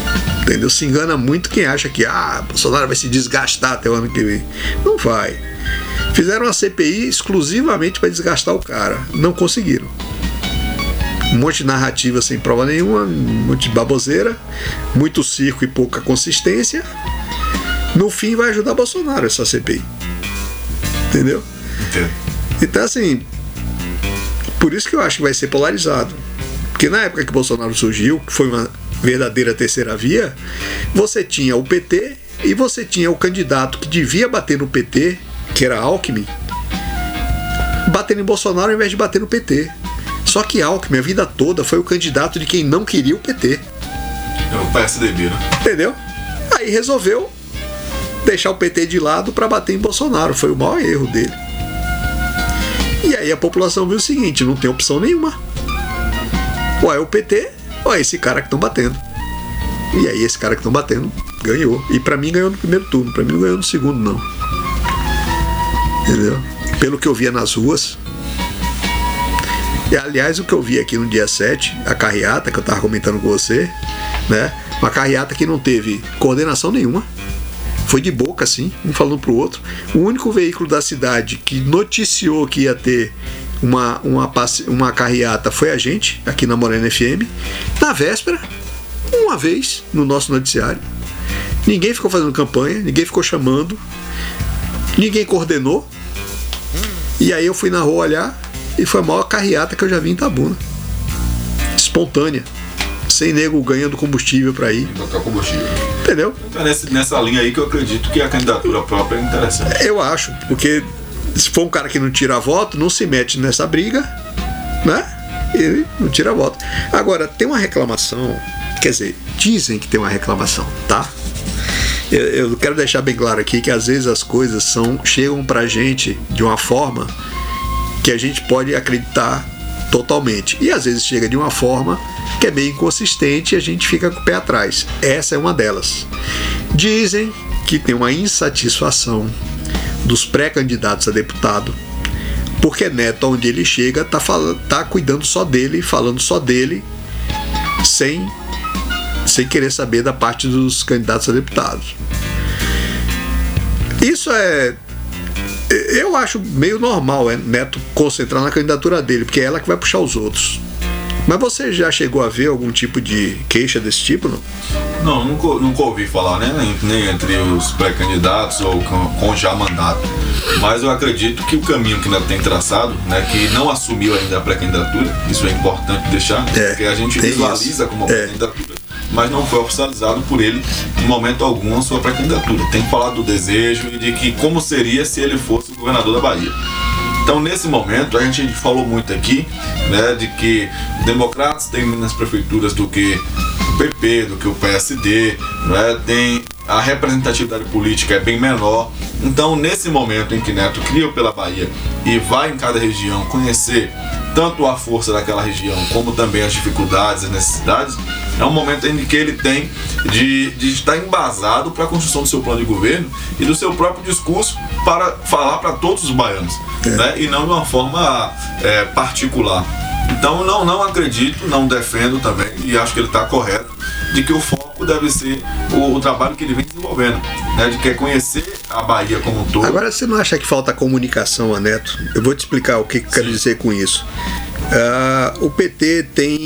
Entendeu? Se engana muito quem acha que Bolsonaro vai se desgastar até o ano que vem. Não vai. Fizeram uma CPI exclusivamente para desgastar o cara. Não conseguiram. Um monte de narrativa sem prova nenhuma, um monte de baboseira, muito circo e pouca consistência. No fim vai ajudar Bolsonaro essa CPI. Entendeu? Entendo. Então assim, por isso que eu acho que vai ser polarizado. Porque na época que Bolsonaro surgiu, que foi uma verdadeira terceira via, você tinha o PT e você tinha o candidato que devia bater no PT, que era Alckmin, batendo em Bolsonaro ao invés de bater no PT. Só que Alckmin a vida toda foi o candidato de quem não queria o PT. É o PSDB, né? Entendeu? Aí resolveu deixar o PT de lado para bater em Bolsonaro. Foi o maior erro dele. E aí a população viu o seguinte: não tem opção nenhuma. Ou é o PT, ou é esse cara que estão batendo. E aí esse cara que estão batendo ganhou. E pra mim ganhou no primeiro turno. Pra mim não ganhou no segundo, não. Entendeu? Pelo que eu via nas ruas. E aliás, o que eu vi aqui no dia 7, a carreata que eu tava comentando com você, né? Uma carreata que não teve coordenação nenhuma. Foi de boca, assim, um falando pro outro. O único veículo da cidade que noticiou que ia ter uma carreata foi a gente, aqui na Morena FM. Na véspera, uma vez, no nosso noticiário. Ninguém ficou fazendo campanha, ninguém ficou chamando, ninguém coordenou. E aí eu fui na rua olhar e foi a maior carreata que eu já vi em Itabuna. Espontânea. Sem nego ganhando combustível para ir. Botar combustível. Entendeu? Então é nessa linha aí que eu acredito que a candidatura própria é interessante. Eu acho, porque se for um cara que não tira voto, não se mete nessa briga, né? Ele não tira voto. Agora, tem uma reclamação, quer dizer, dizem que tem uma reclamação, tá? Eu quero deixar bem claro aqui que às vezes as coisas chegam pra gente de uma forma que a gente pode acreditar totalmente. E às vezes chega de uma forma que é meio inconsistente e a gente fica com o pé atrás. Essa é uma delas. Dizem que tem uma insatisfação dos pré-candidatos a deputado, porque Neto, onde ele chega, tá cuidando só dele, falando só dele, sem querer saber da parte dos candidatos a deputados. Isso eu acho meio normal, Neto concentrar na candidatura dele, porque é ela que vai puxar os outros. Mas você já chegou a ver algum tipo de queixa desse tipo, não? Não, nunca ouvi falar, né? Nem entre os pré-candidatos ou com já mandato. Mas eu acredito que o caminho que Neto tem traçado, né, que não assumiu ainda a pré-candidatura, isso é importante deixar, porque a gente visualiza isso como pré-candidatura, mas não foi oficializado por ele em momento algum a sua pré-candidatura. Tem que falar do desejo e de que como seria se ele fosse o governador da Bahia. Então, nesse momento, a gente falou muito aqui, né, de que democratas têm menos prefeituras do que o PP, do que o PSD, né, tem a representatividade política é bem menor. Então, nesse momento em que Neto cria pela Bahia e vai em cada região conhecer tanto a força daquela região como também as dificuldades e necessidades, é um momento em que ele tem de estar embasado para a construção do seu plano de governo e do seu próprio discurso para falar para todos os baianos, né? E não de uma forma particular. Então não acredito, não defendo também, e acho que ele está correto, de que o foco deve ser o trabalho que ele vem desenvolvendo, né? De querer conhecer a Bahia como um todo. Agora, você não acha que falta comunicação a Neto? Eu vou te explicar o que eu quero dizer com isso. O PT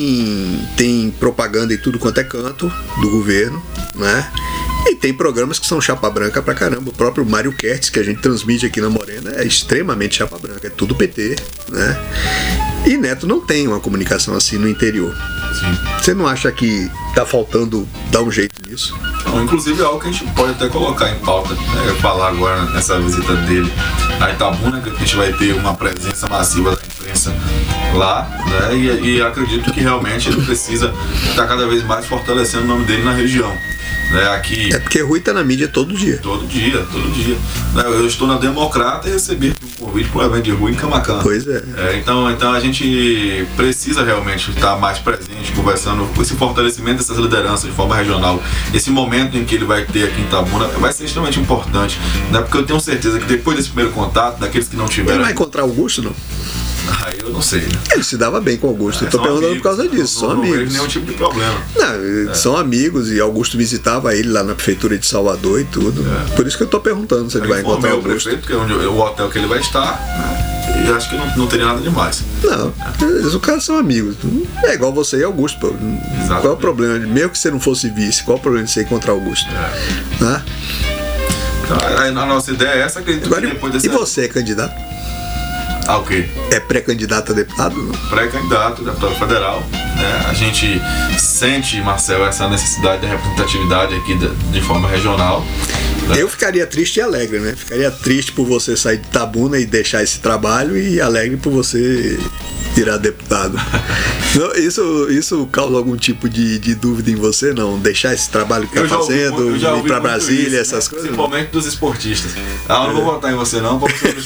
tem propaganda em tudo quanto é canto do governo, né? E tem programas que são chapa branca pra caramba. O próprio Mário Kertz, que a gente transmite aqui na Morena, é extremamente chapa branca, é tudo PT, né? E Neto não tem uma comunicação assim no interior. Sim. Você não acha que tá faltando dar um jeito nisso? Não, inclusive é algo que a gente pode até colocar em pauta, né? Falar agora nessa visita dele a Itabuna, que a gente vai ter uma presença massiva da imprensa lá, né? E acredito que realmente ele precisa estar cada vez mais fortalecendo o nome dele na região. Aqui, porque Rui tá na mídia todo dia. Todo dia. Eu estou na Democrata e recebi um convite para o evento de Rui em Camacan. Pois é. Então a gente precisa realmente estar mais presente, conversando com esse fortalecimento dessas lideranças de forma regional. Esse momento em que ele vai ter aqui em Itabuna vai ser extremamente importante, né? Porque eu tenho certeza que depois desse primeiro contato, daqueles que não tiveram... Ele vai encontrar Augusto, não? Aí eu não sei, né? Ele se dava bem com o Augusto. Eu tô perguntando amigos, por causa disso. São não amigos. vejo nenhum tipo de problema. Não, são amigos e Augusto visitava ele lá na prefeitura de Salvador e tudo. Por isso que eu tô perguntando se ele vai encontrar o Augusto. Prefeito, que é o hotel que ele vai estar, né? E acho que não teria nada demais. Não, os caras são amigos. É igual você e Augusto, pô. Exatamente. Qual é o problema? Mesmo que você não fosse vice, qual é o problema de você encontrar Augusto? Né? Então, a nossa ideia é essa, acredito Agora, que depois desse... e você é candidato? Ah, o quê? É pré-candidato a deputado? Não? Pré-candidato, deputado federal, né? A gente sente, Marcel, essa necessidade de representatividade aqui de forma regional. Eu ficaria triste e alegre, né? Ficaria triste por você sair de Itabuna e deixar esse trabalho, e alegre por você virar deputado. Não, isso causa algum tipo de dúvida em você, não? Deixar esse trabalho que está fazendo, ir para Brasília, isso, essas coisas? Principalmente dos esportistas. Eu não vou votar em você, não, porque você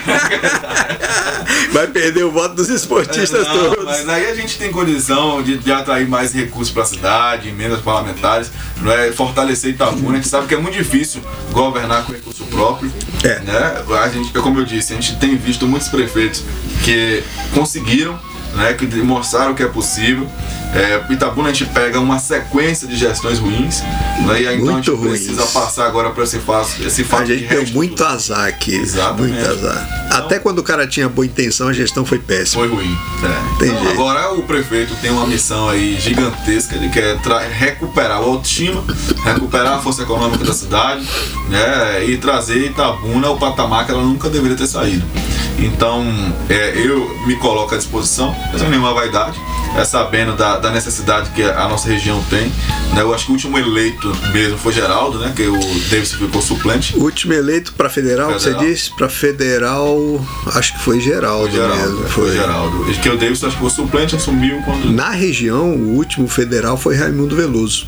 vai perder o voto dos esportistas todos. Mas aí a gente tem condição de atrair mais recursos para a cidade, emendas parlamentares, não é? Fortalecer Itabuna. A gente sabe que é muito difícil governar com recurso próprio. Né? A gente, como eu disse, a gente tem visto muitos prefeitos que conseguiram, né, que mostraram que é possível. Itabuna a gente pega uma sequência de gestões ruins, né, e aí então a gente precisa passar agora para esse fato. A gente deu muito azar aqui. Exatamente. Muito azar. Então, até quando o cara tinha boa intenção, a gestão foi péssima. Foi ruim. Então, agora o prefeito tem uma missão aí gigantesca. Ele quer recuperar a autoestima, recuperar a força econômica da cidade, né, e trazer Itabuna ao patamar que ela nunca deveria ter saído. Então, eu me coloco à disposição, sem nenhuma vaidade, sabendo da necessidade que a nossa região tem. Né? Eu acho que o último eleito mesmo foi Geraldo, né? Que o Davis ficou suplente. O último eleito para federal, você disse? Para federal, acho que foi Geraldo mesmo. Foi Geraldo. Que o Davis acho que foi suplente, assumiu quando... Na região, o último federal foi Raimundo Veloso.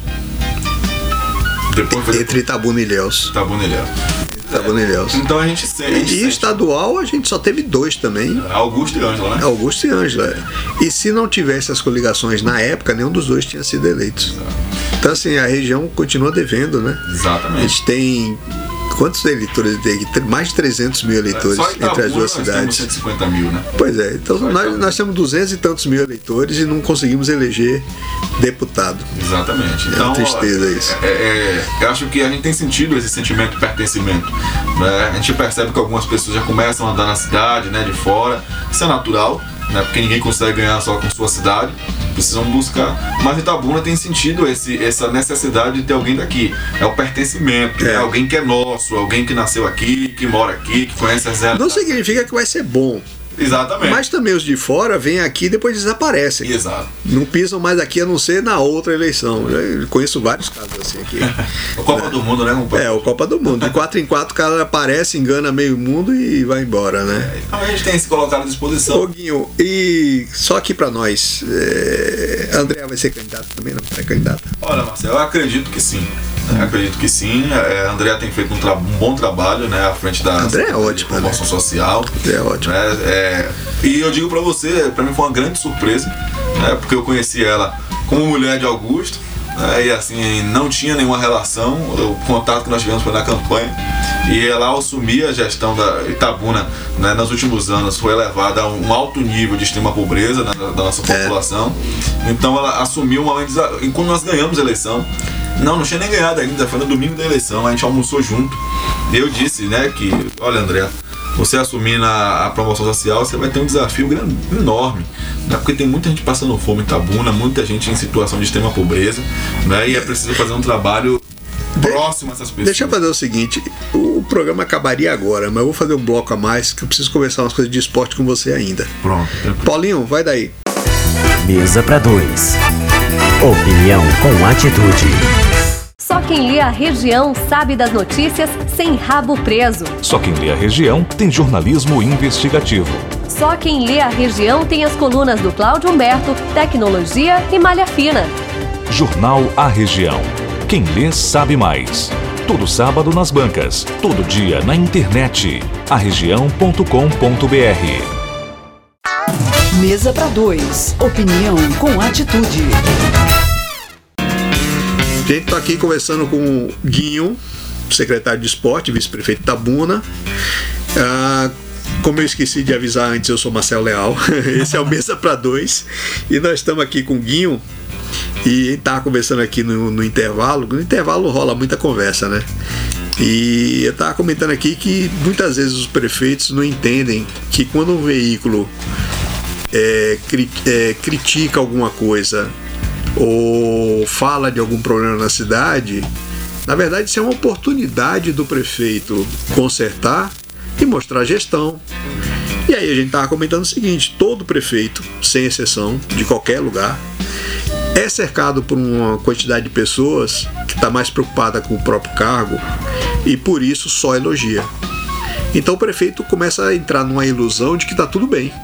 Entre Itabuna e Ilhéus. Itabuna e Ilhéus. Então a gente sente. E estadual a gente só teve 2 também. Augusto e Ângela, né? Augusto e Ângela. E se não tivesse as coligações na época, nenhum dos 2 tinha sido eleitos. Então assim, a região continua devendo, né? Exatamente. A gente tem... Quantos eleitores tem aqui? Mais de 300 mil eleitores entre as duas cidades. 150 mil, né? Pois é, então nós temos 200 e tantos mil eleitores e não conseguimos eleger deputado. Exatamente. Então, uma tristeza isso. Eu acho que a gente tem sentido esse sentimento de pertencimento. Né? A gente percebe que algumas pessoas já começam a andar na cidade, né, de fora. Isso é natural, né? Porque ninguém consegue ganhar só com sua cidade. Precisam buscar, mas Itabuna tem sentido essa necessidade de ter alguém daqui. É o pertencimento, é alguém que é nosso, alguém que nasceu aqui, que mora aqui, que conhece as realidades. Não significa que vai ser bom. Exatamente. Mas também os de fora vêm aqui e depois desaparecem. Exato. Não pisam mais aqui a não ser na outra eleição. Eu conheço vários casos assim aqui. O Copa do Mundo, né, companheiro? O Copa do Mundo. De 4 em 4 o cara aparece, engana meio mundo e vai embora, né? Então a gente tem se colocado à disposição. Ô, Guinho, e só aqui pra nós, André vai ser candidato também, não? Pré-candidato? Olha, Marcelo, eu acredito que sim. Acredito que sim. André tem feito um bom trabalho, né, à frente da promoção social. André é ótimo. E eu digo pra você, pra mim foi uma grande surpresa, né, porque eu conheci ela como mulher de Augusto, né, e assim, não tinha nenhuma relação. O contato que nós tivemos foi na campanha. E ela, ao assumir a gestão da Itabuna, né, nos últimos anos, foi elevada a um alto nível de extrema pobreza, né, da nossa população. Então ela assumiu e quando nós ganhamos a eleição, não tinha nem ganhado ainda, foi no domingo da eleição, a gente almoçou junto. E eu disse, né, que, olha, André, você assumindo a promoção social, você vai ter um desafio enorme, né, porque tem muita gente passando fome em Itabuna, muita gente em situação de extrema pobreza, né, e é preciso fazer um trabalho próximo a essas pessoas. Deixa eu fazer o seguinte, o programa acabaria agora, mas eu vou fazer um bloco a mais, que eu preciso conversar umas coisas de esporte com você ainda. Pronto. Paulinho, vai daí. Mesa para 2. Opinião com atitude. Só quem lê a região sabe das notícias sem rabo preso. Só quem lê a região tem jornalismo investigativo. Só quem lê a região tem as colunas do Cláudio Humberto, Tecnologia e Malha Fina. Jornal A Região. Quem lê sabe mais. Todo sábado nas bancas, todo dia na internet. Aregião.com.br. Mesa para 2. Opinião com atitude. A gente está aqui conversando com o Guinho, secretário de Esporte, vice-prefeito de Itabuna. Como eu esqueci de avisar antes, eu sou Marcelo Leal. Esse é o Mesa para Dois. E nós estamos aqui com o Guinho. E a gente estava conversando aqui no intervalo. No intervalo rola muita conversa, né? E eu estava comentando aqui que muitas vezes os prefeitos não entendem que quando um veículo critica alguma coisa ou fala de algum problema na cidade, na verdade isso é uma oportunidade do prefeito consertar e mostrar gestão. E aí a gente estava comentando o seguinte: todo prefeito, sem exceção, de qualquer lugar, é cercado por uma quantidade de pessoas que está mais preocupada com o próprio cargo e por isso só elogia. Então o prefeito começa a entrar numa ilusão de que está tudo bem.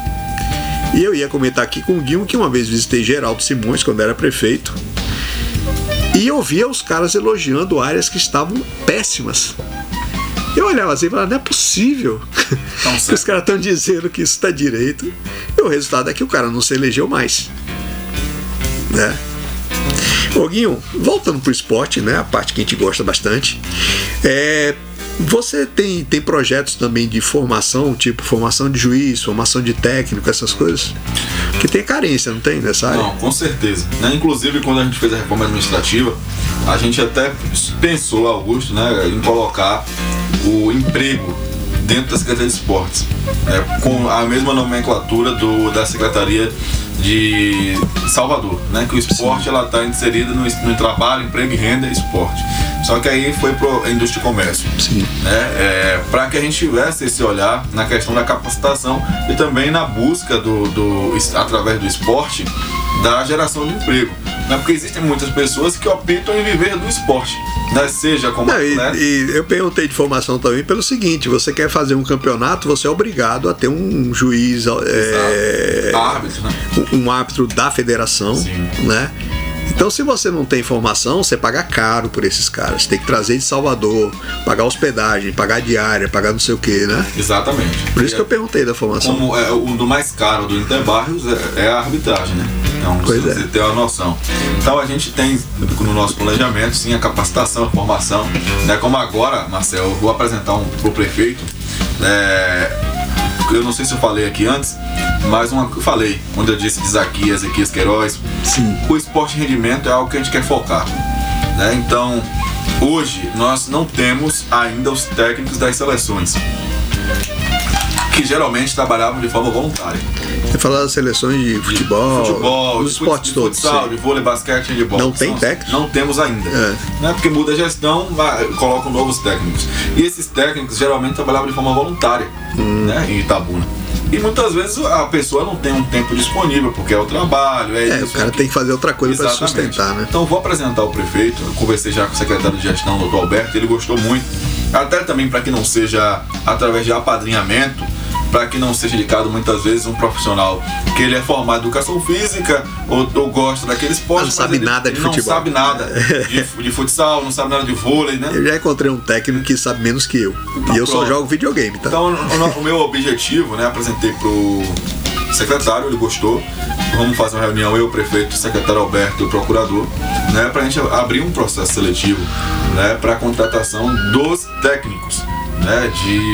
E eu ia comentar aqui com o Guilherme que uma vez visitei Geraldo Simões quando era prefeito e eu via os caras elogiando áreas que estavam péssimas. Eu olhava assim e falava, não é possível que os caras estão dizendo que isso está direito. E o resultado é que o cara não se elegeu mais, né? Ô Guinho, voltando pro esporte, né, a parte que a gente gosta bastante, você tem projetos também de formação, tipo formação de juiz, formação de técnico, essas coisas? Que tem carência, não tem, nessa área? Não, com certeza, né? Inclusive quando a gente fez a reforma administrativa, a gente até pensou, Augusto, né, em colocar o emprego dentro da Secretaria de Esportes, com a mesma nomenclatura da Secretaria de Salvador, né? Que o esporte ela está inserida no trabalho, emprego e renda e esporte. Só que aí foi para a indústria e comércio. Sim. Né? Para que a gente tivesse esse olhar na questão da capacitação e também na busca através do esporte da geração de emprego. Né? Porque existem muitas pessoas que optam em viver do esporte, né? Seja como atleta. E eu perguntei de formação também pelo seguinte: você quer fazer um campeonato, você é obrigado a ter um juiz, árbitro, né? um árbitro da federação. Sim. Né? Então, se você não tem formação, você paga caro por esses caras. Você tem que trazer de Salvador, pagar hospedagem, pagar diária, pagar não sei o que, né? Exatamente. Por isso que eu perguntei da formação. Como o do mais caro do Interbarrios é a arbitragem, né? Então, você tem uma noção. Então, a gente tem no nosso planejamento, sim, a capacitação, a formação. Né? Como agora, Marcelo, eu vou apresentar pro prefeito. Eu não sei se eu falei aqui antes, mas eu falei, quando eu disse de Ezequias Queiroz. Sim. O esporte rendimento é algo que a gente quer focar, né? Então, hoje nós não temos ainda os técnicos das seleções, que geralmente trabalhavam de forma voluntária. Você fala das seleções de futebol, dos esportes todos. Futsal, de vôlei, basquete, handebol. Não tem técnico? Não temos ainda. Né? Porque muda a gestão, colocam novos técnicos. E esses técnicos geralmente trabalhavam de forma voluntária, né? Em Itabuna. E muitas vezes a pessoa não tem um tempo disponível, porque é o trabalho, o cara tem que fazer outra coisa para sustentar, né? Então eu vou apresentar o prefeito. Eu conversei já com o secretário de gestão, o Dr. Alberto, ele gostou muito. Até também para que não seja através de apadrinhamento, para que não seja indicado muitas vezes um profissional que ele é formado em educação física ou gosta daquele esporte, não sabe nada de futebol. Não sabe nada de futsal, não sabe nada de vôlei, né? Eu já encontrei um técnico que sabe menos que eu. Então, e eu só jogo videogame, tá? Então o meu objetivo, né, apresentei pro secretário, ele gostou. Vamos fazer uma reunião, eu, o prefeito, o secretário Alberto e o procurador, né, pra gente abrir um processo seletivo, né, para a contratação dos técnicos, né,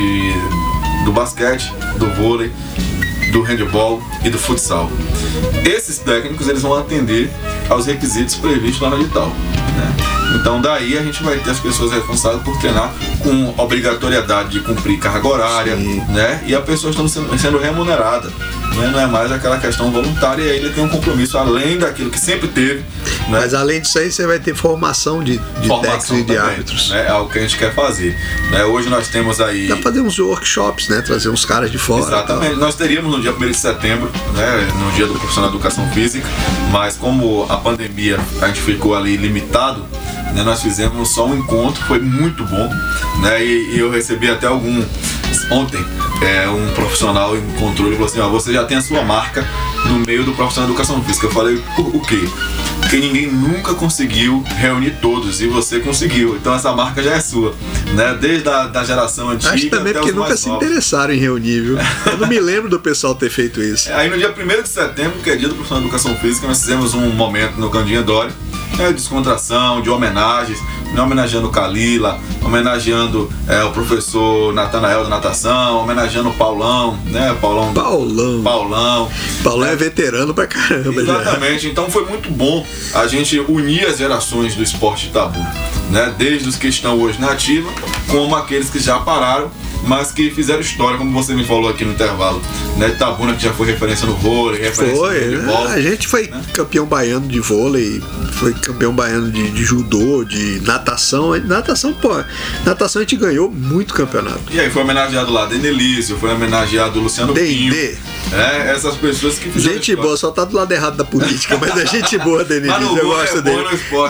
do basquete, do vôlei, do handebol e do futsal. Esses técnicos eles vão atender aos requisitos previstos lá no edital, né? Então daí a gente vai ter as pessoas responsáveis por treinar com obrigatoriedade de cumprir carga horária, né? E a pessoa está sendo remunerada, né? Não é mais aquela questão voluntária, e aí ele tem um compromisso além daquilo que sempre teve, né? Mas além disso aí você vai ter formação de técnicos e de árbitros, né? É algo que a gente quer fazer, né? Hoje nós temos aí... Dá pra fazer uns workshops, né? Trazer uns caras de fora. Exatamente. Nós teríamos no dia 1º de setembro, né? No dia do profissional de educação física, mas como a pandemia a gente ficou ali limitado, né, nós fizemos só um encontro, foi muito bom, né? E eu recebi até ontem um profissional encontrou e falou assim: você já tem a sua marca no meio do profissional de educação física. Eu falei, o quê? Porque ninguém nunca conseguiu reunir todos e você conseguiu, então essa marca já é sua, né? Desde a geração antiga. Acho também até porque nunca se interessaram em reunir, viu? Eu não me lembro do pessoal ter feito isso. Aí no dia 1º de setembro, que é dia do profissional de educação física, nós fizemos um momento no Candinha Dória, descontração, de homenagens, né? Homenageando Kalila, homenageando o professor Natanael da natação, homenageando o Paulão, né? Paulão é veterano pra caramba. Exatamente, então foi muito bom a gente unir as gerações do esporte Itabuna, né? Desde os que estão hoje na ativa, como aqueles que já pararam, mas que fizeram história, como você me falou aqui no intervalo, né? Itabuna, que já foi referência no vôlei, referência no futebol. A gente foi, né? Campeão baiano de vôlei, foi campeão baiano de judô, de natação. Natação a gente ganhou muito campeonato. E aí foi homenageado lá Denelísio, foi homenageado Luciano Pinho. Essas pessoas que fizeram gente boa, só tá do lado errado da política, mas é gente boa, Denelísio, eu gosto dele.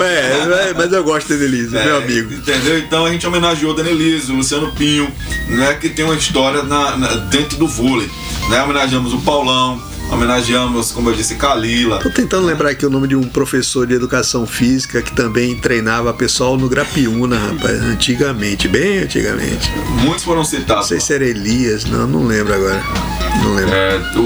Mas eu gosto de Denelísio, meu amigo. Entendeu? Então a gente homenageou Denelísio, Luciano Pinho, né, que tem uma história dentro do vôlei, né? Homenageamos o Paulão, homenageamos, como eu disse, Kalila. Tô tentando lembrar aqui o nome de um professor de educação física que também treinava pessoal no Grapiúna, rapaz, bem antigamente. Muitos foram citados. Não sei se era Elias, não lembro agora. Não lembro.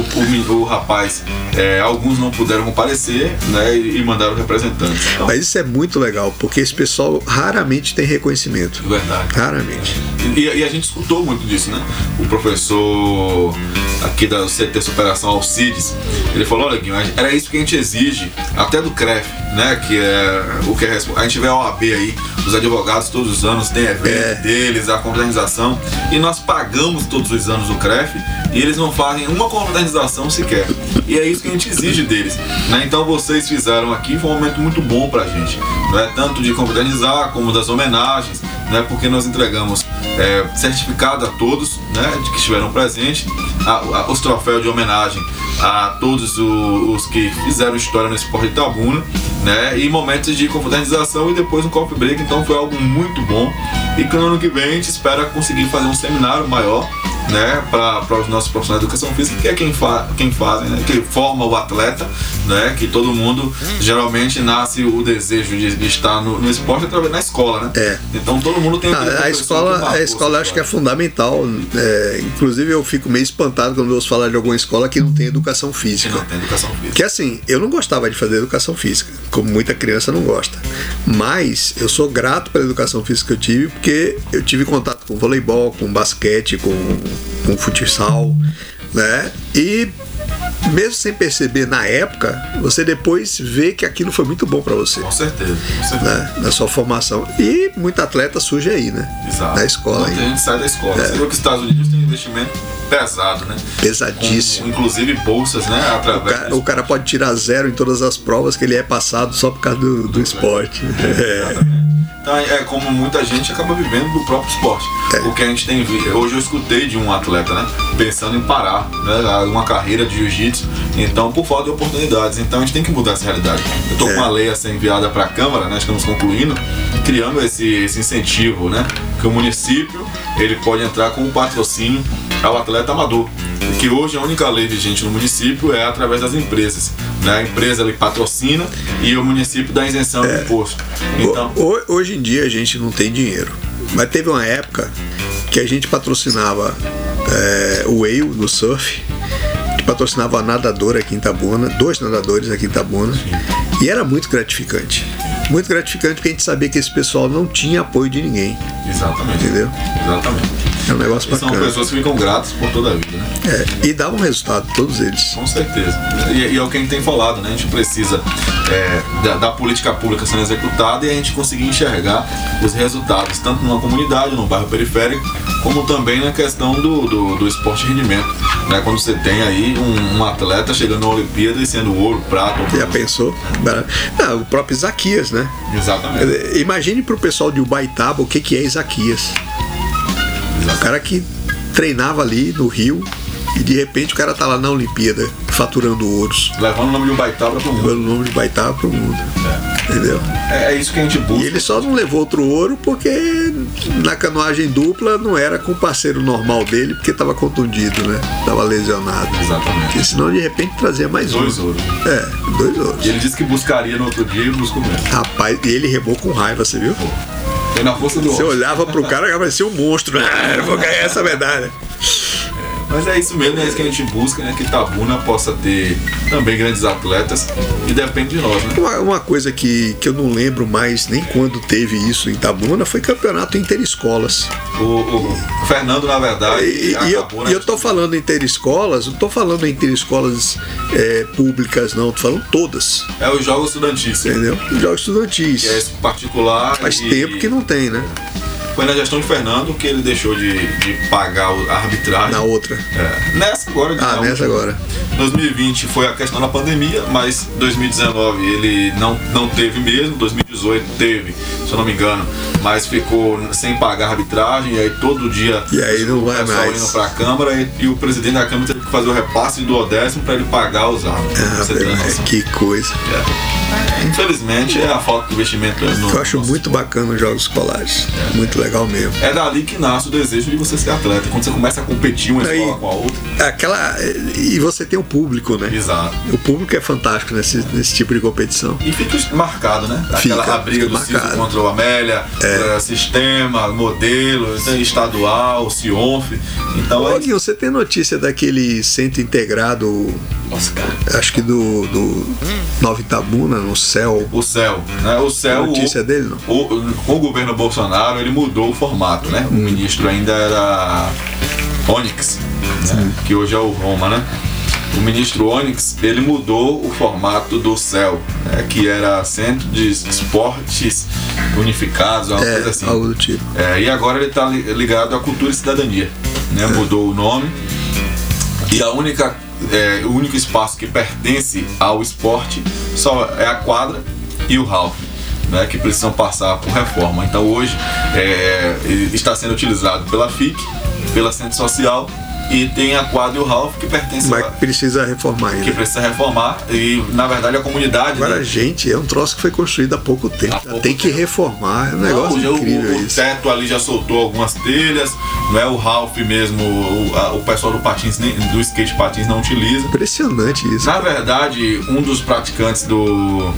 O rapaz, alguns não puderam comparecer, né, e mandaram representantes. Então, mas isso é muito legal, porque esse pessoal raramente tem reconhecimento. Verdade. Raramente. E a gente escutou muito disso, né? O professor aqui da CT Superação Alcides, ele falou: olha, Guinho, era isso que a gente exige, até do CREF, né? Que é o que a gente vê a OAB aí, os advogados todos os anos tem evento deles, a confraternização, e nós pagamos todos os anos o CREF e eles não fazem uma confraternização sequer. E é isso que a gente exige deles, né? Então vocês fizeram aqui, foi um momento muito bom pra gente, né? Tanto de confraternizar como das homenagens, né? Porque nós entregamos certificado a todos, né? De que estiveram presentes, os troféus de homenagem a todos os que fizeram história no esporte Itabuna, né? E momentos de confraternização e depois um coffee break. Então foi algo muito bom, e que no ano que vem a gente espera conseguir fazer um seminário maior, né, para os nossos profissionais de educação física, que é quem fazem, né, que forma o atleta, né, que todo mundo geralmente nasce o desejo de estar no esporte através da escola, né? Então todo mundo tem a escola acho que é fundamental, inclusive eu fico meio espantado quando eu ouço falar de alguma escola que não tem educação física. Que assim, eu não gostava de fazer educação física, como muita criança não gosta, mas eu sou grato pela educação física que eu tive, porque eu tive contato com voleibol, com basquete, com futsal, né? E mesmo sem perceber na época, você depois vê que aquilo foi muito bom para você. Com certeza. Né? Na sua formação. E muito atleta surge aí, né? Exato. Da escola. A gente sai da escola. Você viu que os Estados Unidos tem um investimento pesado, né? Pesadíssimo. Inclusive bolsas, né? O cara pode tirar 0 em todas as provas que ele é passado só por causa do esporte. Exatamente. Então é como muita gente acaba vivendo do próprio esporte. O que a gente tem visto. Hoje eu escutei de um atleta, né, pensando em parar, né, uma carreira de jiu-jitsu, então por falta de oportunidades. Então a gente tem que mudar essa realidade. Eu estou com uma lei a ser enviada para a Câmara, né, estamos concluindo, criando esse incentivo, né, que o município ele pode entrar com um patrocínio ao atleta amador. Que hoje a única lei vigente no município é através das empresas, né? A empresa ele patrocina e o município dá isenção de imposto. Então, hoje em dia a gente não tem dinheiro, mas teve uma época que a gente patrocinava o Whale no surf, que patrocinava a nadadora aqui em Itabuna, 2 nadadores aqui em Itabuna, e era muito gratificante. Muito gratificante, porque a gente sabia que esse pessoal não tinha apoio de ninguém. Exatamente. Entendeu? Exatamente. É um negócio bacana. São pessoas que ficam gratas por toda a vida, né? E dá um resultado, todos eles. Com certeza. E é o que a gente tem falado, né? A gente precisa da política pública sendo executada e a gente conseguir enxergar os resultados, tanto numa comunidade, num bairro periférico, como também na questão do esporte de rendimento, né? Quando você tem aí um atleta chegando na Olimpíada e sendo ouro, prata... Já pensou? Não, o próprio Isaquias, né? Exatamente. Imagine pro pessoal de Ubaitaba o que é Isaquias. O cara que treinava ali no Rio e de repente o cara tá lá na Olimpíada faturando ouros. Levando o nome de Ubaitaba pro mundo. Levando o nome de Ubaitaba pro mundo. Entendeu? É isso que a gente busca. E ele só não levou outro ouro porque na canoagem dupla não era com o parceiro normal dele, porque tava contundido, né? Tava lesionado. Exatamente. Porque senão de repente trazia mais 2 ouros. 2 ouros. E ele disse que buscaria no outro dia e buscou mesmo. Rapaz, e ele remou com raiva, você viu? Foi na força do Você olhava pro cara e parecia um monstro. Eu vou ganhar essa medalha. Mas é isso mesmo, é isso que a gente busca, né? Que Itabuna possa ter também grandes atletas e depende de nós, né? Uma coisa que eu não lembro mais nem quando teve isso em Itabuna foi campeonato interescolas. O Fernando, na verdade, E eu tô falando interescolas, não tô falando interescolas públicas, não, tô falando todas. É os jogos estudantis. Entendeu? Os jogos estudantis. Que é esse particular. Faz tempo que não tem, né? Foi na gestão de Fernando que ele deixou de pagar a arbitragem. Na outra. Nessa agora. Nessa agora. 2020 foi a questão da pandemia, mas 2019 ele não teve mesmo, 2018 teve, se eu não me engano, mas ficou sem pagar a arbitragem, e aí todo dia e aí não vai mais. Indo pra Câmara e o presidente da Câmara teve que fazer o repasse do 10º para ele pagar os árbitros. Que coisa. Infelizmente é a falta de investimento no. Eu acho muito bacana os jogos escolares. Muito legal mesmo. É dali que nasce o desejo de você ser atleta. Quando você começa a competir uma escola com a outra. E você tem o público, né? Exato. O público é fantástico nesse tipo de competição. E fica marcado, né? A briga do Ciso contra o Amélia, sistema, modelo, estadual, Cionf. Então você tem notícia daquele centro integrado, Oscar, acho que do Nova Itabuna, no CEL. O CEL, né? O CEL. Notícia dele, não? O governo Bolsonaro, ele mudou o formato, né? O ministro ainda era Onyx, né? Que hoje é o Roma, né? O ministro Onyx, ele mudou o formato do CEL, né? Que era Centro de Esportes Unificados, uma coisa assim. Algo do tipo. E agora ele está ligado à Cultura e Cidadania, né? Mudou o nome. E o único espaço que pertence ao esporte só é a quadra e o half, né, que precisam passar por reforma. Então hoje está sendo utilizado pela FIC, pela Centro Social, e tem a quadra e o half que pertence. Mas precisa reformar ainda. Que precisa reformar, e na verdade a comunidade. Agora, gente, é um troço que foi construído há pouco tempo. Tem que reformar, é um negócio incrível isso. O teto ali já soltou algumas telhas, não é o half mesmo, o pessoal do skate patins não utiliza. Impressionante isso. Na verdade, um dos praticantes do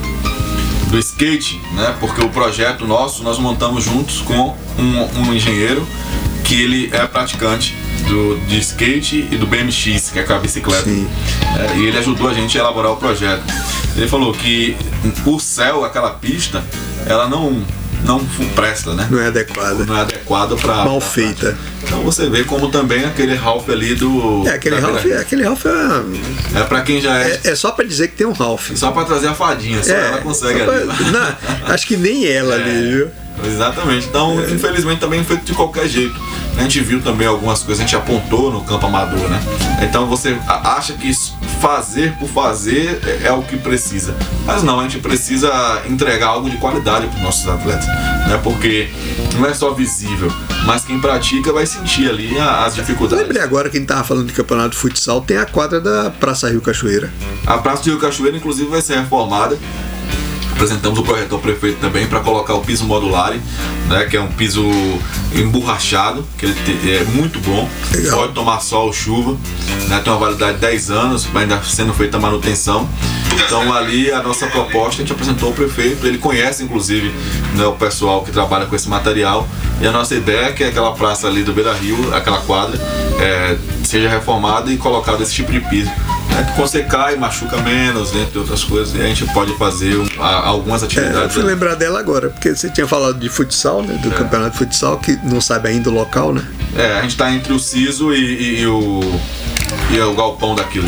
skate, né? Porque o projeto nosso, nós montamos juntos com um engenheiro que ele é praticante de skate e do BMX, que é a bicicleta. E ele ajudou a gente a elaborar o projeto. Ele falou que o CEL, aquela pista, ela não presta, né? Não é adequada. Não é adequada para. Mal feita. Então você vê como também aquele half ali do. Aquele half é para quem já é. É só para dizer que tem um half. Só para trazer a fadinha, só ela consegue ali. Acho que nem ela ali, viu? Exatamente. Então, infelizmente, também feito de qualquer jeito. A gente viu também algumas coisas, a gente apontou no campo amador, né? Então você acha que fazer por fazer é o que precisa. Mas não, a gente precisa entregar algo de qualidade para os nossos atletas, né? Porque não é só visível, mas quem pratica vai sentir ali as dificuldades. Lembrei agora que a gente estava falando de campeonato de futsal, tem a quadra da Praça Rio Cachoeira. A Praça do Rio Cachoeira, inclusive, vai ser reformada. Apresentamos o projeto ao prefeito também para colocar o piso modular, né, que é um piso emborrachado, que ele é muito bom. Legal. Pode tomar sol ou chuva, né, tem uma validade de 10 anos, ainda sendo feita a manutenção. Então ali a nossa proposta, a gente apresentou ao prefeito, ele conhece inclusive, né, o pessoal que trabalha com esse material, e a nossa ideia é que aquela praça ali do Beira Rio, aquela quadra, seja reformada e colocada esse tipo de piso. Quando você cai, machuca menos, entre outras coisas, e a gente pode fazer algumas atividades. Eu fui lembrar dela agora, porque você tinha falado de futsal, né, do campeonato de futsal, que não sabe ainda o local, né? A gente está entre o Ciso e o galpão daquilo.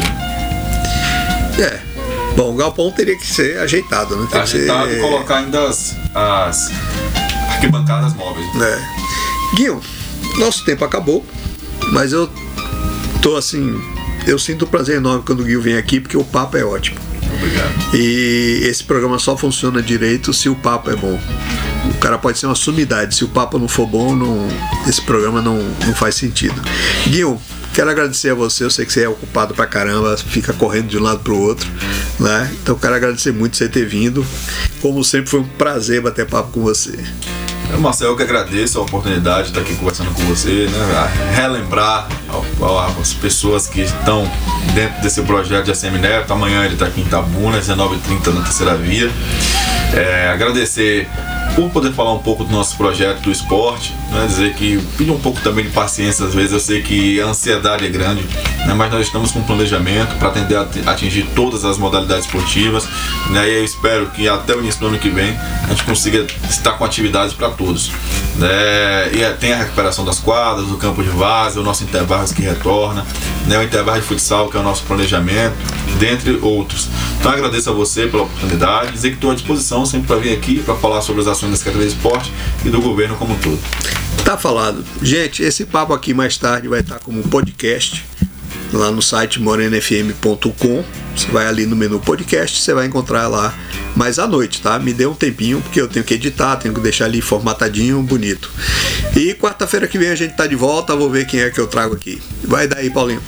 Bom, o galpão teria que ser ajeitado, né? Ajeitado e colocar ainda as arquibancadas móveis. Guinho, nosso tempo acabou, mas eu tô assim... Eu sinto um prazer enorme quando o Guinho vem aqui, porque o papo é ótimo. Obrigado. E esse programa só funciona direito se o papo é bom. O cara pode ser uma sumidade. Se o papo não for bom, esse programa não faz sentido. Guinho, quero agradecer a você. Eu sei que você é ocupado pra caramba, fica correndo de um lado pro outro, né? Então quero agradecer muito você ter vindo. Como sempre, foi um prazer bater papo com você. Marcelo, eu que agradeço a oportunidade de estar aqui conversando com você, né? Relembrar as pessoas que estão dentro desse projeto de ACM Neto. Amanhã ele está aqui em Itabuna, 19h30 na Terceira Via. Agradecer por poder falar um pouco do nosso projeto do esporte, né, dizer que pedir um pouco também de paciência, às vezes eu sei que a ansiedade é grande, né, mas nós estamos com um planejamento para atender a atingir todas as modalidades esportivas, né, e eu espero que até o início do ano que vem a gente consiga estar com atividades para todos, né, e tem a recuperação das quadras, do campo de várzea, o nosso Intervargas que retorna, né, o Intervargas de futsal que é o nosso planejamento, dentre outros. Então agradeço a você pela oportunidade, dizer que estou à disposição sempre para vir aqui para falar sobre as ações da Secretaria de Esporte e do governo como um todo. Tá falado. Gente, esse papo aqui mais tarde vai estar como podcast lá no site morenafm.com. Você vai ali no menu podcast, você vai encontrar lá mais à noite, tá? Me dê um tempinho, porque eu tenho que editar, tenho que deixar ali formatadinho, bonito. E quarta-feira que vem a gente tá de volta, vou ver quem é que eu trago aqui. Vai daí, Paulinho.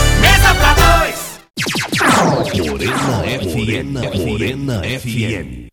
Morena FM.